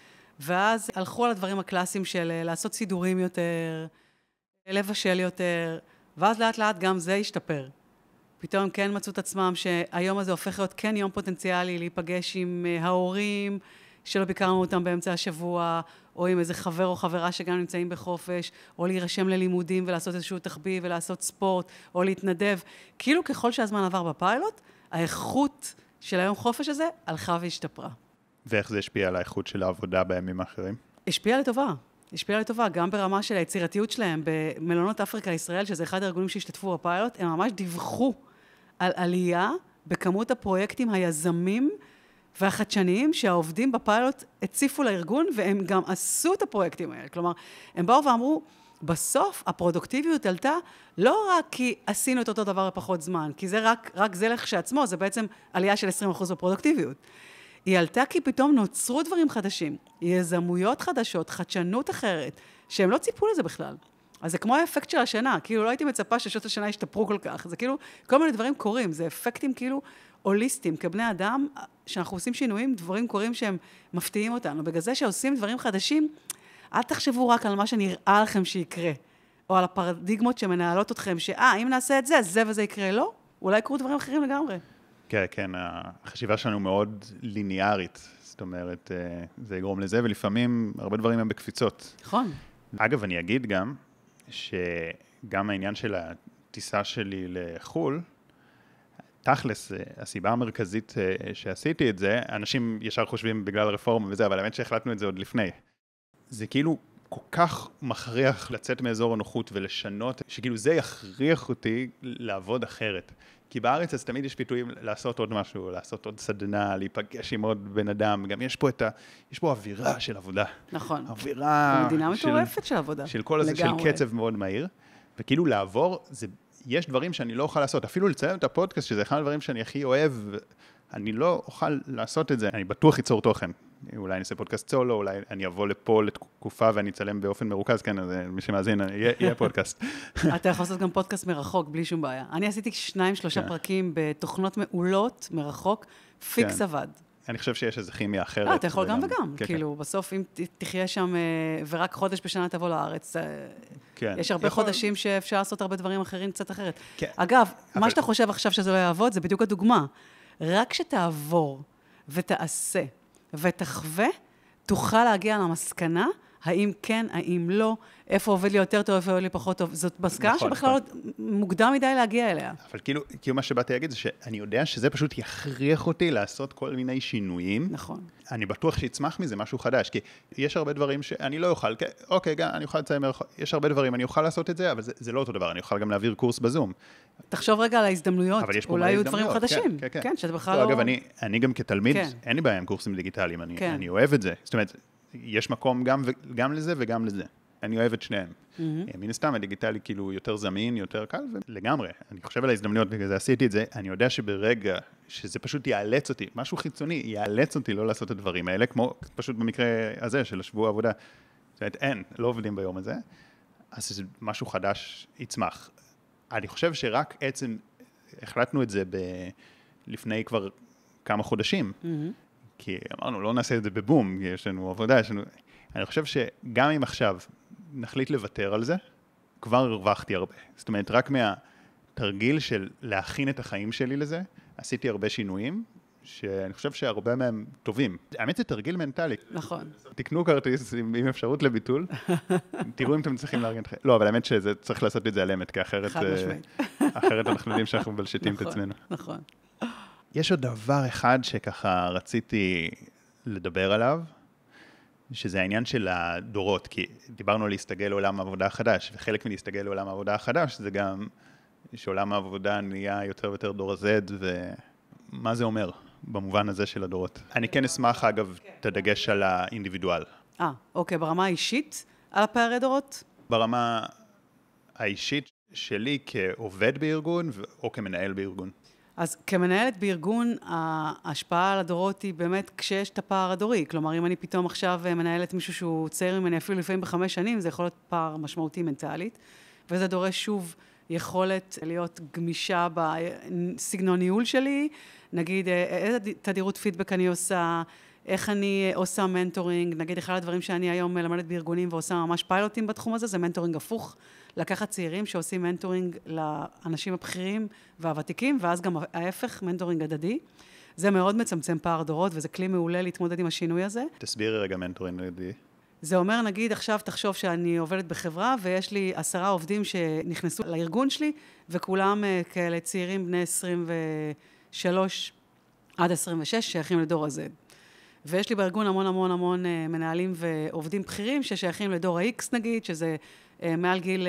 ואז הלכו על הדברים הקלאסיים של לעשות סידורים יותר, לבשל יותר, ואז לאט לאט גם זה השתפר. פתאום הם כן מצאו את עצמם שהיום הזה הופך להיות כן יום פוטנציאלי להיפגש עם ההורים, שלא ביקרנו אותם באמצע השבוע, או עם איזה חבר או חברה שגם נמצאים בחופש, או להירשם ללימודים ולעשות איזשהו תחביב ולעשות ספורט, או להתנדב. כאילו ככל שהזמן עבר בפיילוט, האיכות של היום חופש הזה הלכה והשתפרה. ואיך זה השפיע על האיכות של העבודה בימים האחרים? השפיע לטובה. השפיע לטובה, גם ברמה של היצירתיות שלהם, במלונות אפריקה ישראל, שזה אחד הארגונים שהשתתפו בפיילוט, הם ממש דיווחו על עלייה בכמות הפרויקטים היזמים והחדשניים שהעובדים בפיילוט הציפו לארגון, והם גם עשו את הפרויקטים האלה. כלומר, הם באו ואמרו, בסוף הפרודוקטיביות עלתה לא רק כי עשינו את אותו דבר בפחות זמן, כי זה רק זה לכשעצמו, זה בעצם עלייה של 20% בפרודוקטיביות. היא עלתה כי פתאום נוצרו דברים חדשים, יזמויות חדשות, חדשנות אחרת, שהם לא ציפו לזה בכלל. אז זה כמו האפקט של השינה, כאילו לא הייתי מצפה ששעות השינה ישתפרו כל כך, זה כאילו, כל מיני דברים קורים, זה אפקטים כאילו הוליסטיים, כבני אדם, שאנחנו עושים שינויים, דברים קורים שהם מפתיעים אותנו. בגלל זה שעושים דברים חדשים, אל תחשבו רק על מה שנראה לכם שיקרה, או על הפרדיגמות שמנהלות אתכם, אם נעשה את זה, אז זה וזה יקרה, לא? אולי יקרו דברים אחרים לגמרי. כן, כן, החשיבה שלנו מאוד ליניארית, זאת אומרת, זה יגרום לזה, ולפעמים הרבה דברים הם בקפיצות. נכון. אגב, אני אגיד גם, שגם העניין של הטיסה שלי לחול, תכלס, הסיבה המרכזית שעשיתי את זה, אנשים ישר חושבים בגלל הרפורמה וזה, אבל האמת שהחלטנו את זה עוד לפני. זה כאילו כל כך מכריח לצאת מאזור הנוחות ולשנות, שכאילו זה יכריח אותי לעבוד אחרת. כי בארץ אז תמיד יש פיתויים לעשות עוד משהו, לעשות עוד סדנה, להיפגש עם עוד בן אדם, גם יש פה אווירה של עבודה. נכון. אווירה מדינה מטורפת של עבודה. של כל הזה, של קצב מאוד מהיר, וכאילו לעבור, יש דברים שאני לא אוכל לעשות, אפילו לציין את הפודקאסט, שזה אחד הדברים שאני הכי אוהב, אני לא אוכל לעשות את זה, אני בטוח ייצור תוכן. אולי אני אעשה פודקאסט סולו, אולי אני אבוא לפה לתקופה ואני אצלם באופן מרוכז, כן, אז מי שמאזין, יהיה פודקאסט. אתה יכול לעשות גם פודקאסט מרחוק, בלי שום בעיה. אני עשיתי 2-3 פרקים בתוכנות מעולות מרחוק, פיקס עבד. אני חושב שיש איזו כימיה אחרת. אתה יכול גם וגם, כאילו, בסוף אם תחיה שם ורק חודש בשנה תבוא לארץ, יש הרבה חודשים שאפשר לעשות הרבה דברים אחרים קצת אחרת. אגב, מה שאתה חושב עכשיו שזה לא יעבוד, זה בדיוק הדוגמה. רק שתעבור ותעשה ותחווה, תוכל להגיע למסקנה, האם כן, האם לא, איפה עובד לי יותר טוב, איפה עובד לי פחות טוב. זאת מסקנה שבכלל מוקדם מדי להגיע אליה. אבל כאילו מה שבאתי להגיד זה שאני יודע שזה פשוט יכריח אותי לעשות כל מיני שינויים. נכון. אני בטוח שיצמח מזה משהו חדש, כי יש הרבה דברים שאני לא אוכל, אוקיי, גם אני אוכל לציין מרחוק, יש הרבה דברים, אני אוכל לעשות את זה, אבל זה לא אותו דבר, אני אוכל גם להעביר קורס בזום. תחשוב רגע על ההזדמנויות, אולי יהיו דברים חדשים. כן, שאתה בכלל לא... אגב, אני גם כתלמיד, אין לי בעיה עם קורסים דיגיטליים, אני אוהב את זה. זאת אומרת, יש מקום גם לזה וגם לזה. אני אוהב את שניהם. מן הסתם, הדיגיטלי כאילו יותר זמין, יותר קל, ולגמרי. אני חושב על ההזדמנויות, בגלל זה עשיתי את זה, אני יודע שברגע שזה פשוט יאלץ אותי, משהו חיצוני, יאלץ אותי לא לעשות את הדברים האלה, כמו פשוט במקרה הזה של השבוע העבודה. זאת אומרת, לא עובדים ביום הזה, אז משהו חדש יצמח. אני חושב שרק עצם החלטנו את זה לפני כבר כמה חודשים, כי אמרנו, לא נעשה את זה בבום, יש לנו עבודה, אני חושב שגם אם עכשיו נחליט לוותר על זה, כבר הרווחתי הרבה. זאת אומרת, רק מהתרגיל של להכין את החיים שלי לזה, עשיתי הרבה שינויים, שאני חושב שהרבה מהם טובים. האמת זה תרגיל מנטלי. נכון. תקנו כרטיס עם אפשרות לביטול, תראו אם אתם צריכים לארגן... לא, אבל האמת שזה צריך לעשות את זה על אמת, כי אחרת אנחנו יודעים שאנחנו מבלשתים את עצמנו. נכון. יש עוד דבר אחד שככה רציתי לדבר עליו, שזה העניין של הדורות, כי דיברנו על להסתגל לעולם העבודה החדש, וחלק מלהסתגל לעולם העבודה החדש זה גם שעולם העבודה נהיה יותר ויותר דור Z, ומה זה אומר במובן הזה של הדורות. אני כן אשמח, אגב, את הדגש על האינדיבידואל. אוקיי, ברמה האישית על הפערי דורות? ברמה האישית שלי כעובד בארגון או כמנהל בארגון. אז כמנהלת בארגון, ההשפעה על הדורות היא באמת כשיש את הפער הדורי. כלומר, אם אני פתאום עכשיו מנהלת מישהו שהוא צעיר ממני אפילו לפעמים ב5 שנים, זה יכול להיות פער משמעותי מנטלית, וזה דורש שוב יכולת להיות גמישה בסגנון ניהול שלי, נגיד איזה תדירות פידבק אני עושה, איך אני עושה מנטורינג, נגיד אחד הדברים שאני היום מלמדת בארגונים ועושה ממש פיילוטים בתחום הזה, זה מנטורינג הפוך, לקחת צעירים שעושים מנטורינג לאנשים הבכירים והוותיקים, ואז גם ההפך, מנטורינג הדדי. זה מאוד מצמצם פער דורות, וזה כלי מעולה להתמודד עם השינוי הזה. תסבירי רגע מנטורינג הדדי. זה אומר, נגיד, עכשיו תחשוב שאני עובדת בחברה, ויש לי 10 עובדים שנכנסו לארגון שלי, וכולם כאלה צעירים בני 23 עד 26 שייכים לדור ה-Z. ויש לי בארגון המון המון המון מנהלים ועובדים בכירים ששייכים לדור ה-X נגיד, שזה מעל גיל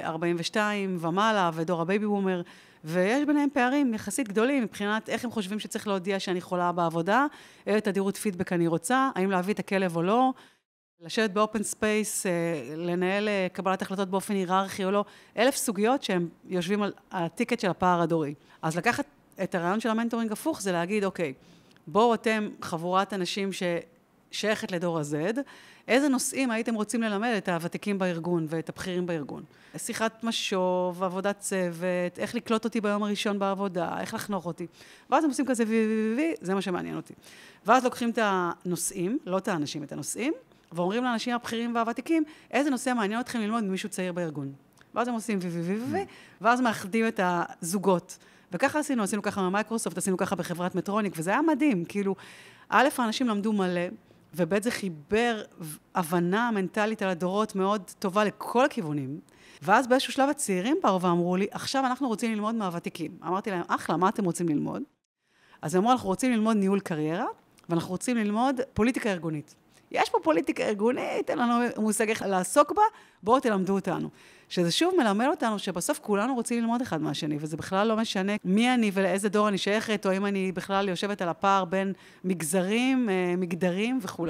42 ומעלה, ודור הבייבי בומר, ויש ביניהם פערים יחסית גדולים מבחינת איך הם חושבים שצריך להודיע שאני חולה בעבודה, איזה תדירות פידבק אני רוצה, האם להביא את הכלב או לא, לשבת באופן ספייס, לנהל קבלת החלטות באופן היררכי או לא, 1000 סוגיות שהם יושבים על הטיקט של הפער הדורי. אז לקחת את הרעיון של המנטורינג הפוך זה להגיד, אוקיי, בואו אתם חבורת אנשים ששייכת לדור ה-Z, איזה נושאים הייתם רוצים ללמד את הוותיקים בארגון ואת הבכירים בארגון? שיחת משוב, עבודת צוות, איך לקלוט אותי ביום הראשון בעבודה, איך לחנוך אותי. ואז הם עושים כזה וי, זה מה שמעניין אותי. ואז לוקחים את הנושאים, לא את האנשים, את הנושאים, ואומרים לאנשים הבכירים והוותיקים, איזה נושא מעניין אתכם ללמוד ממישהו צעיר בארגון. ואז הם עושים וי, ואז מאחדים את הזוגות. וככה עשינו ככה ממייקרוסופט, עשינו ככה בחברת מטרוניק, וזה היה מדהים, כאילו, א', האנשים למדו מלא, וב' זה חיבר הבנה מנטלית על הדורות מאוד טובה לכל הכיוונים, ואז באיזשהו שלב הצעירים באו ואמרו לי, עכשיו אנחנו רוצים ללמוד מהוותיקים. אמרתי להם, אחלה, מה אתם רוצים ללמוד? אז הם אמרו, אנחנו רוצים ללמוד ניהול קריירה, ואנחנו רוצים ללמוד פוליטיקה ארגונית. יש פה פוליטיקה ארגונית, אין לנו מושג איך לעסוק בה, בואו תלמדו אותנו. שזה שוב מלמד אותנו שבסוף כולנו רוצים ללמוד אחד מהשני, וזה בכלל לא משנה מי אני ולאיזה דור אני שייכת, או אם אני בכלל יושבת על הפער בין מגזרים, מגדרים וכו'.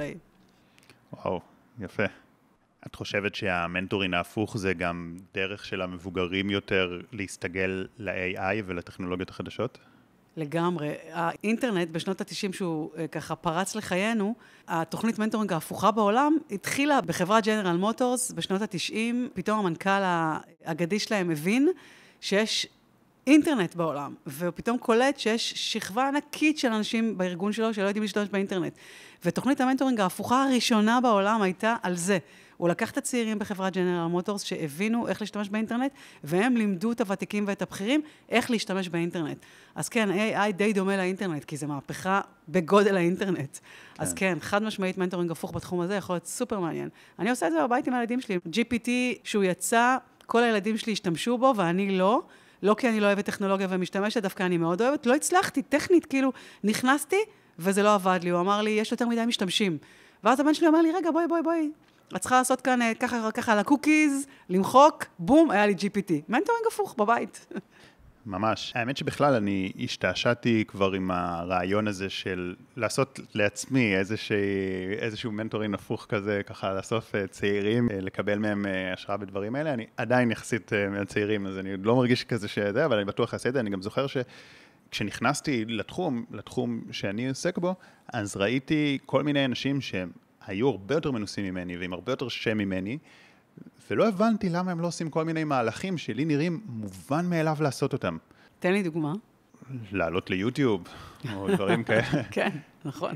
וואו, יפה. את חושבת שהמנטורין ההפוך זה גם דרך של המבוגרים יותר להסתגל ל-AI ולטכנולוגיות החדשות? לגמרי. האינטרנט בשנות ה-90 שהוא ככה פרץ לחיינו, התוכנית מנטורינג ההפוכה בעולם התחילה בחברת ג'נרל מוטורס בשנות ה-90, פתאום המנכ"ל האגדי שלהם הבין שיש אינטרנט בעולם, ופתאום קולט שיש שכבה ענקית של אנשים בארגון שלו שלא יודעים להשתמש באינטרנט. ותוכנית המנטורינג ההפוכה הראשונה בעולם הייתה על זה. הוא לקח את הצעירים בחברת ג'נרל מוטורס שהבינו איך להשתמש באינטרנט, והם לימדו את הוותיקים ואת הבכירים איך להשתמש באינטרנט. אז כן, AI די דומה לאינטרנט, כי זה מהפכה בגודל האינטרנט. כן. אז כן, חד משמעית מנטורינג הפוך בתחום הזה יכול להיות סופר מעניין. אני עושה את זה בבית עם הילדים שלי. GPT, שהוא יצא, כל הילדים שלי השתמשו בו, ואני לא. לא כי אני לא אוהבת טכנולוגיה ומשתמשת, דווקא אני מאוד אוהבת. לא הצלחתי, טכנית, כאילו, נכנסתי, וזה לא עבד לי. הוא אמר לי, יש יותר מדי משתמשים. ואז הבן שלי אומר לי, רגע, בואי. את צריכה לעשות כאן ככה על הקוקיז, למחוק, בום, היה לי GPT. מנטורינג הפוך בבית. ממש. האמת שבכלל אני השתעשעתי כבר עם הרעיון הזה של לעשות לעצמי איזשהו מנטורינג הפוך כזה, ככה לאסוף צעירים, לקבל מהם השראה בדברים האלה. אני עדיין יחסית מהצעירים, אז אני לא מרגיש כזה שזה, אבל אני בטוח אעשה את זה. אני גם זוכר כשנכנסתי לתחום שאני עוסק בו, אז ראיתי כל מיני אנשים שהם היו הרבה יותר מנוסים ממני, ועם הרבה יותר שם ממני, ולא הבנתי למה הם לא עושים כל מיני מהלכים שלי נראים מובן מאליו לעשות אותם. תן לי דוגמה. לעלות ליוטיוב, או דברים כאלה. כן, נכון.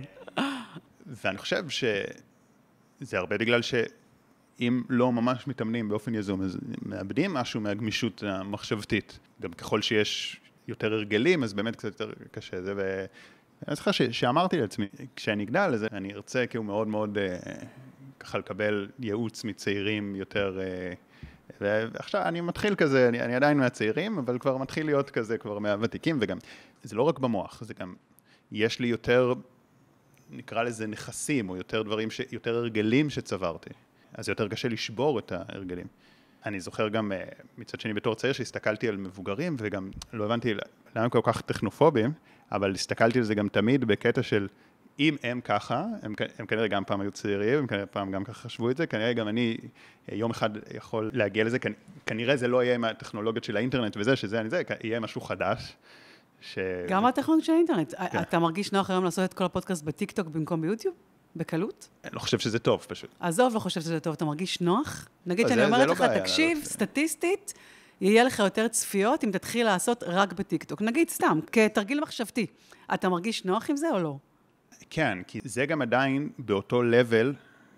ואני חושב שזה הרבה בגלל שאם לא ממש מתאמנים באופן יזום, אז מאבדים משהו מהגמישות המחשבתית. גם ככל שיש יותר הרגלים, אז באמת קצת יותר קשה זה, אני זוכר שאמרתי לעצמי, כשאני אגדל לזה, אני ארצה כאילו מאוד מאוד ככה לקבל ייעוץ מצעירים יותר ועכשיו אני מתחיל כזה, אני עדיין מהצעירים, אבל כבר מתחיל להיות כזה כבר מהוותיקים, וגם, זה לא רק במוח, זה גם, יש לי יותר, נקרא לזה נכסים, או יותר דברים, יותר הרגלים שצברתי. אז יותר קשה לשבור את ההרגלים. אני זוכר גם מצד שני בתור צעיר שהסתכלתי על מבוגרים, וגם לא הבנתי למה הם כל כך טכנופובים, אבל הסתכלתי על זה גם תמיד בקטע של, אם הם ככה, הם כנראה גם פעם היו צעירים, הם כנראה פעם גם ככה חשבו את זה, כנראה גם אני יום אחד יכול להגיע לזה, כנראה זה לא יהיה עם הטכנולוגיות של האינטרנט וזה, שזה אני זה, יהיה משהו חדש. גם הטכנולוגיות של האינטרנט. אתה מרגיש נוח היום לעשות את כל הפודקאסט בטיקטוק במקום ביוטיוב? בקלות? אני לא חושב שזה טוב פשוט. עזוב, לא חושב שזה טוב, אתה מרגיש נוח? נגיד שאני אומרת לך, תקשיב, סטטיסטית, יהיה לך יותר צפיות אם תתחיל לעשות רק בטיקטוק. נגיד סתם, כתרגיל מחשבתי. אתה מרגיש נוח עם זה או לא? כן, כי זה גם עדיין באותו level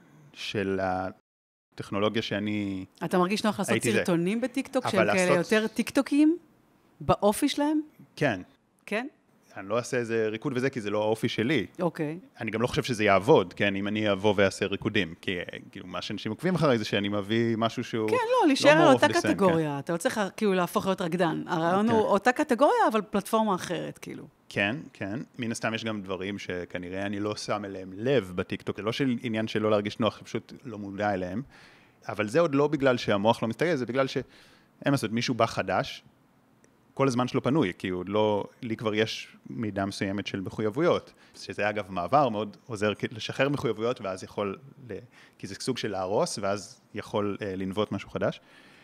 של הטכנולוגיה שאני... אתה מרגיש נוח לעשות סרטונים בטיקטוק שהם כאלה יותר טיקטוקיים? באופי שלהם? כן. כן? אני לא אעשה איזה ריקוד וזה, כי זה לא האופי שלי. אוקיי. אני גם לא חושב שזה יעבוד, כן, אם אני אבוא ואעשה ריקודים. כי כאילו, מה שאנשים עוקבים אחרי זה שאני מביא משהו שהוא... כן, לא, להישאר על אותה קטגוריה. אתה לא צריך כאילו להפוך להיות רקדן. הרעיון הוא אותה קטגוריה, אבל פלטפורמה אחרת, כאילו. כן, כן. מן הסתם יש גם דברים שכנראה אני לא שם אליהם לב בטיקטוק. זה לא של עניין שלא להרגיש נוח, פשוט לא מודע אליהם. אבל זה עוד לא בגלל שהמוח לא מסתגל, זה בגלל שאין לעשות, מישהו בא חדש, כל הזמן שלו פנוי, כי עוד לא, לי כבר יש מידה מסוימת של מחויבויות, שזה אגב מעבר מאוד עוזר לשחרר מחויבויות, ואז יכול, כי זה סוג של להרוס, ואז יכול לנבוט משהו חדש.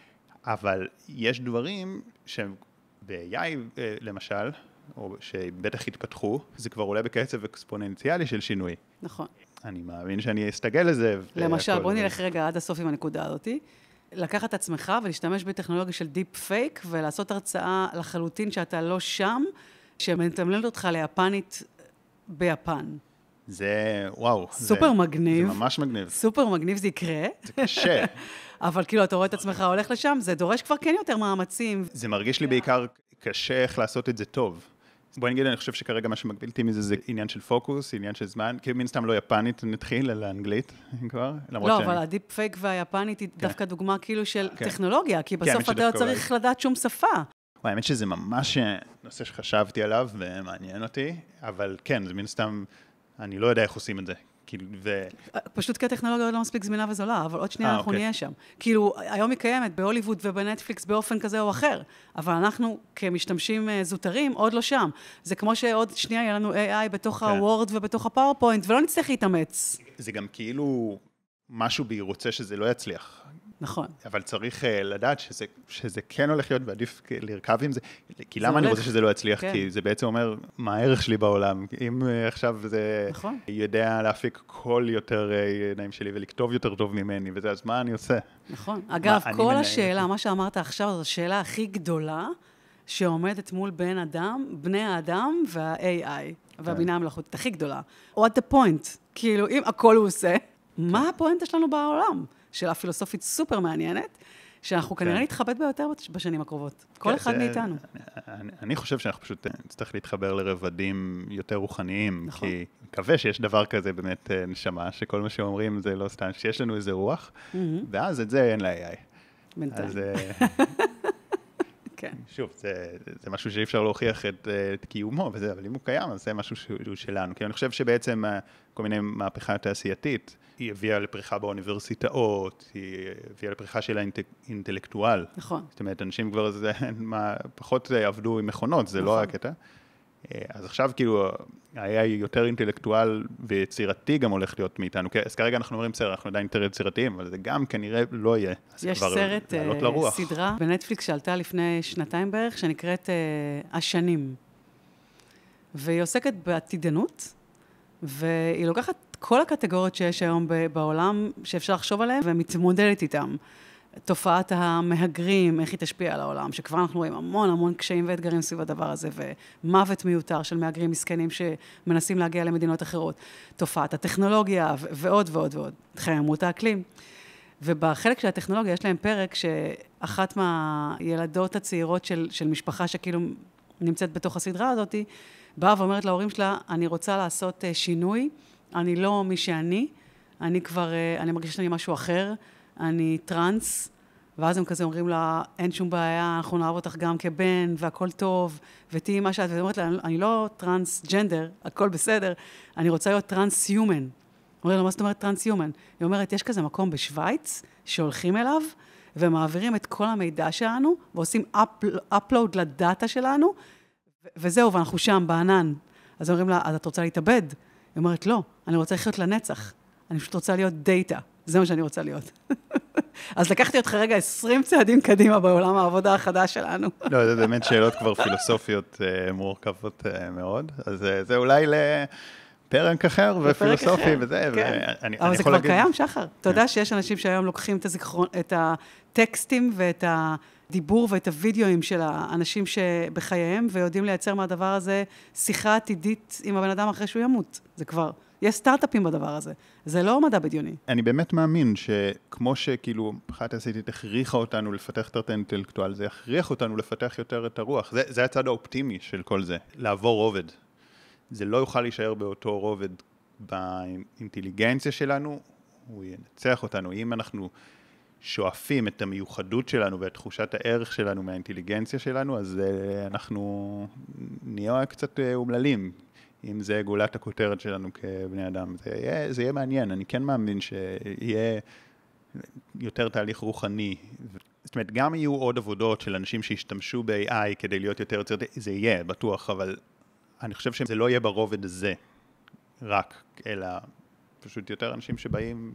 אבל יש דברים שהם ב-AI למשל, או שבטח התפתחו, זה כבר עולה בקצב אקספוננציאלי של שינוי. נכון. אני מאמין שאני אסתגל לזה. למשל, בוא נלך רגע עד הסוף עם הנקודה הזאת. לקחת את עצמך ולהשתמש בטכנולוגיה של דיפ פייק, ולעשות הרצאה לחלוטין שאתה לא שם, שמתמללת אותך ליפנית ביפן. זה, וואו. סופר מגניב. זה ממש מגניב. סופר מגניב, זה יקרה. זה קשה. אבל כאילו, אתה רואה את עצמך הולך לשם, זה דורש כבר כן יותר מאמצים. זה מרגיש לי בעיקר קשה איך לעשות את זה טוב. בואי נגיד, אני חושב שכרגע מה שמגבילתי מזה זה עניין של פוקוס, עניין של זמן, כי מן סתם לא יפנית נתחיל, אלא אנגלית כבר. לא, אבל הדיפ פייק והיפנית היא דווקא דוגמה כאילו של טכנולוגיה, כי בסוף אתה לא צריך לדעת שום שפה. האמת שזה ממש נושא שחשבתי עליו ומעניין אותי, אבל כן, זה מן סתם, אני לא יודע איך עושים את זה. פשוט כי הטכנולוגיה לא מספיק זמינה וזולה, אבל עוד שנייה אנחנו נהיה שם. כאילו, היום היא קיימת בהוליווד ובנטפליקס באופן כזה או אחר, אבל אנחנו כמשתמשים זוטרים עוד לא שם. זה כמו שעוד שנייה יהיה לנו AI בתוך הוורד ובתוך הפאורפוינט, ולא נצטרך להתאמץ. זה גם כאילו משהו בי רוצה שזה לא יצליח. נכון. אבל צריך לדעת שזה כן הולך להיות, ועדיף לרכב עם זה. כי למה אני רוצה שזה לא יצליח? כי זה בעצם אומר, מה הערך שלי בעולם? אם עכשיו זה יודע להפיק קול יותר עיניים שלי, ולכתוב יותר טוב ממני, וזה, אז מה אני עושה? נכון. אגב, כל השאלה, מה שאמרת עכשיו, זו השאלה הכי גדולה, שעומדת מול בני האדם וה-AI, והבינה המלאכותית הכי גדולה. What the point? כאילו, אם הכל הוא עושה, מה הפואנטה שלנו בעולם? שאלה פילוסופית סופר מעניינת, שאנחנו כנראה נתחבט ביותר בשנים הקרובות. כל אחד מאיתנו. אני חושב שאנחנו פשוט נצטרך להתחבר לרבדים יותר רוחניים, כי מקווה שיש דבר כזה באמת נשמה, שכל מה שאומרים זה לא סתם, שיש לנו איזה רוח, ואז את זה אין ל-AI. בינתיים. שוב, זה משהו שאי אפשר להוכיח את קיומו, וזה, אבל אם הוא קיים, אז זה משהו שהוא שלנו. כי אני חושב שבעצם כל מיני מהפכה תעשייתית, היא הביאה לפריחה באוניברסיטאות, היא הביאה לפריחה של האינטלקטואל. נכון. זאת אומרת, אנשים כבר פחות עבדו עם מכונות, זה לא הקטע. אז עכשיו כאילו, היה יותר אינטלקטואל ויצירתי גם הולך להיות מאיתנו. אז כרגע אנחנו אומרים, בסדר, אנחנו עדיין יותר יצירתיים, אבל זה גם כנראה לא יהיה. יש סרט, סדרה בנטפליקס שעלתה לפני 2 בערך, שנקראת השנים. והיא עוסקת בעתידנות, והיא לוקחת כל הקטגוריות שיש היום בעולם שאפשר לחשוב עליהן, ומתמודדת איתן. תופעת המהגרים, איך היא תשפיע על העולם, שכבר אנחנו רואים המון קשיים ואתגרים סביב הדבר הזה, ומוות מיותר של מהגרים מסכנים שמנסים להגיע למדינות אחרות. תופעת הטכנולוגיה ועוד ועוד ועוד. התחממות האקלים. ובחלק של הטכנולוגיה יש להם פרק שאחת מהילדות הצעירות של משפחה שכאילו נמצאת בתוך הסדרה הזאת, באה ואומרת להורים שלה, אני רוצה לעשות שינוי, אני לא מי שאני, אני מרגישה שאני משהו אחר, אני טרנס, ואז הם כזה אומרים לה, אין שום בעיה, אנחנו נאהב אותך גם כבן, והכל טוב, ותהי מה שאת, ואומרת לה, אני לא טרנס-ג'נדר, הכל בסדר, אני רוצה להיות טרנס-יומן. אומרים לה, מה זאת אומרת טרנס-יומן? היא אומרת, יש כזה מקום בשוויץ, שהולכים אליו, ומעבירים את כל המידע שלנו, ועושים upload לדאטה שלנו, וזהו, ואנחנו שם, בענן. אז אומרים לה, אז את רוצה להתאבד? היא אומרת, לא, אני רוצה לחיות לנצח. אני פשוט רוצה להיות דאטה. זה מה שאני רוצה להיות. אז לקחתי אותך רגע 20 צעדים קדימה בעולם העבודה החדש שלנו. לא, זה באמת שאלות כבר פילוסופיות מורכבות מאוד. אז זה אולי לפרק אחר ופילוסופי וזה. אבל זה כבר קיים, שחר. אתה יודע שיש אנשים שהיום לוקחים את הטקסטים ואת הדיבור ואת הוידאוים של האנשים שבחייהם, ויודעים לייצר מהדבר הזה שיחה עתידית עם הבן אדם אחרי שהוא ימות. זה כבר... יש סטארט-אפים בדבר הזה. זה לא מדע בדיוני. אני באמת מאמין שכמו שכאילו, אחת העשיתית הכריחה אותנו לפתח את האינטלקטואל, זה הכריח אותנו לפתח יותר את הרוח. זה הצד האופטימי של כל זה, לעבור רובד. זה לא יוכל להישאר באותו רובד באינטליגנציה שלנו, הוא ינצח אותנו. אם אנחנו שואפים את המיוחדות שלנו ואת תחושת הערך שלנו מהאינטליגנציה שלנו, אז אנחנו נהיה קצת אומללים. אם זה גולת הכותרת שלנו כבני אדם, זה יהיה מעניין. אני כן מאמין שיהיה יותר תהליך רוחני. זאת אומרת, גם יהיו עוד עבודות של אנשים שישתמשו ב-AI כדי להיות יותר, זה יהיה, בטוח, אבל אני חושב שזה לא יהיה ברובד הזה, רק, אלא פשוט יותר אנשים שבאים,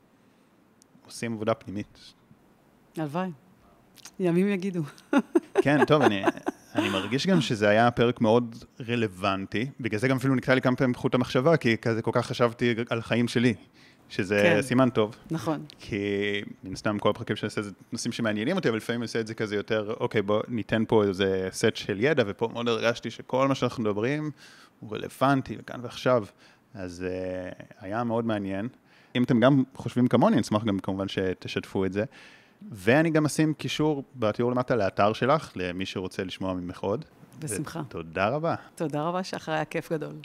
עושים עבודה פנימית. הלוואי. ימים יגידו. כן, טוב, אני מרגיש גם שזה היה פרק מאוד רלוונטי, בגלל זה גם אפילו נקטע לי כמה פעמים בחוט המחשבה, כי כזה כל כך חשבתי על החיים שלי, שזה כן. סימן טוב. נכון. כי מן סתם כל הפרקים שאני עושה זה נושאים שמעניינים אותי, אבל לפעמים אני עושה את זה כזה יותר, אוקיי, בוא ניתן פה איזה סט של ידע, ופה מאוד הרגשתי שכל מה שאנחנו מדברים הוא רלוונטי, וכאן ועכשיו. אז היה מאוד מעניין. אם אתם גם חושבים כמוני, אני אשמח גם כמובן שתשתפו את זה. ואני גם אשים קישור בתיאור למטה לאתר שלך, למי שרוצה לשמוע ממך עוד. בשמחה. תודה רבה. תודה רבה, שחר, היה כיף גדול.